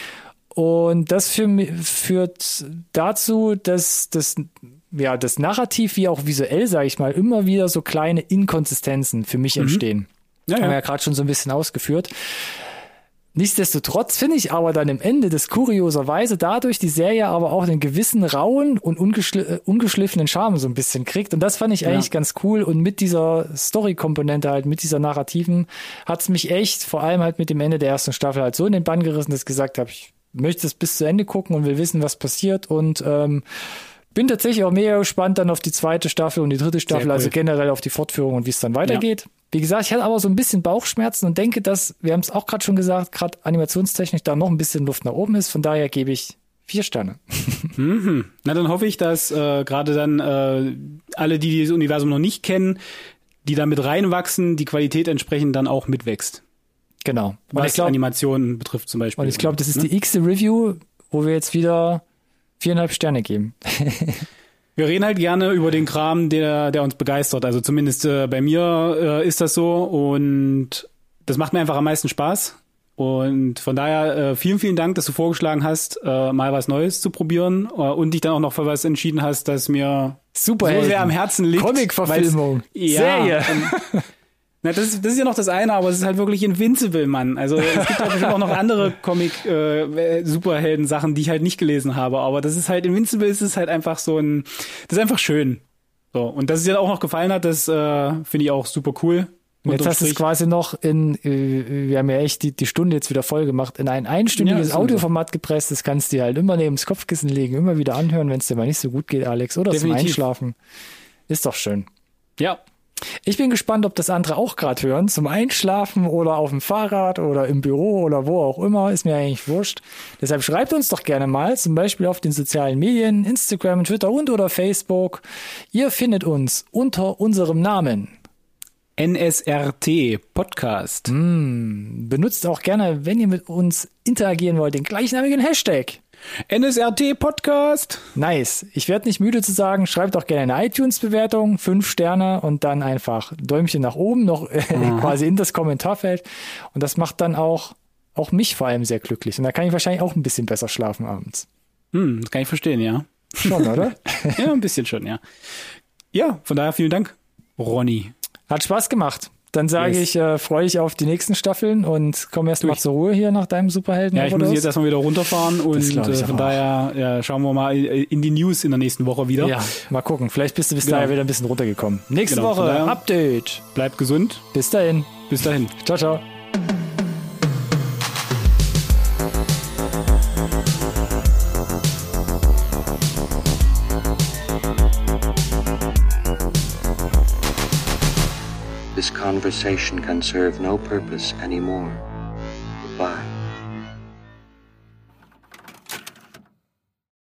Und das führt dazu, dass das Narrativ wie auch visuell, sage ich mal, immer wieder so kleine Inkonsistenzen für mich entstehen. Ja. Haben wir ja gerade schon so ein bisschen ausgeführt. Nichtsdestotrotz finde ich aber dann im Ende des kurioserweise dadurch die Serie aber auch einen gewissen rauen und ungeschliffenen Charme so ein bisschen kriegt. Und das fand ich eigentlich ganz cool. Und mit dieser Story-Komponente halt, mit dieser Narrativen, hat's mich echt, vor allem halt mit dem Ende der ersten Staffel halt so in den Bann gerissen, dass ich gesagt habe, ich möchte es bis zu Ende gucken und will wissen, was passiert. Und Bin tatsächlich auch mega gespannt dann auf die zweite Staffel und die dritte Staffel, cool. also generell auf die Fortführung und wie es dann weitergeht. Ja. Wie gesagt, ich hatte aber so ein bisschen Bauchschmerzen und denke, dass, wir haben es auch gerade schon gesagt, gerade animationstechnisch da noch ein bisschen Luft nach oben ist. Von daher gebe ich 4 Sterne. Na, dann hoffe ich, dass gerade dann alle, die dieses Universum noch nicht kennen, die da mit reinwachsen, die Qualität entsprechend dann auch mitwächst. Genau. Was Animationen betrifft zum Beispiel. Und ich glaube, das ist die x-te Review, wo wir jetzt wieder 4,5 Sterne geben. Wir reden halt gerne über den Kram, der uns begeistert. Also zumindest bei mir ist das so und das macht mir einfach am meisten Spaß. Und von daher vielen, vielen Dank, dass du vorgeschlagen hast, mal was Neues zu probieren und dich dann auch noch für was entschieden hast, das mir so sehr am Herzen liegt. Comic-Verfilmung. Serie. Na, das ist ja noch das eine, aber es ist halt wirklich Invincible, Mann. Also es gibt ja bestimmt auch noch andere Comic-Superhelden-Sachen, die ich halt nicht gelesen habe. Aber das ist halt, Invincible ist es halt einfach das ist einfach schön. So. Und dass es dir auch noch gefallen hat, das finde ich auch super cool. Und jetzt hast du es quasi noch wir haben ja echt die Stunde jetzt wieder voll gemacht, in ein einstündiges Audioformat gepresst. Das kannst du dir halt immer neben das Kopfkissen legen, immer wieder anhören, wenn es dir mal nicht so gut geht, Alex. Oder Definitiv. Zum Einschlafen. Ist doch schön. Ja. Ich bin gespannt, ob das andere auch gerade hören, zum Einschlafen oder auf dem Fahrrad oder im Büro oder wo auch immer, ist mir eigentlich wurscht. Deshalb schreibt uns doch gerne mal, zum Beispiel auf den sozialen Medien, Instagram, Twitter und oder Facebook. Ihr findet uns unter unserem Namen. NSRT Podcast. Benutzt auch gerne, wenn ihr mit uns interagieren wollt, den gleichnamigen Hashtag. NSRT Podcast. Nice. Ich werde nicht müde zu sagen, schreibt doch gerne eine iTunes-Bewertung, 5 Sterne und dann einfach Däumchen nach oben, noch quasi in das Kommentarfeld. Und das macht dann auch mich vor allem sehr glücklich. Und da kann ich wahrscheinlich auch ein bisschen besser schlafen abends. Das kann ich verstehen, ja. Schon, oder? Ja, ein bisschen schon, ja. Ja, von daher vielen Dank, Ronny. Hat Spaß gemacht. Dann sage ich, freue dich auf die nächsten Staffeln und komm erst mal zur Ruhe hier nach deinem Superhelden. Ja, ich muss jetzt erstmal wieder runterfahren und von daher schauen wir mal in die News in der nächsten Woche wieder. Ja, mal gucken. Vielleicht bist du bis dahin wieder ein bisschen runtergekommen. Nächste Woche, Update. Bleibt gesund. Bis dahin. Bis dahin. Ciao, ciao. This conversation can serve no purpose anymore.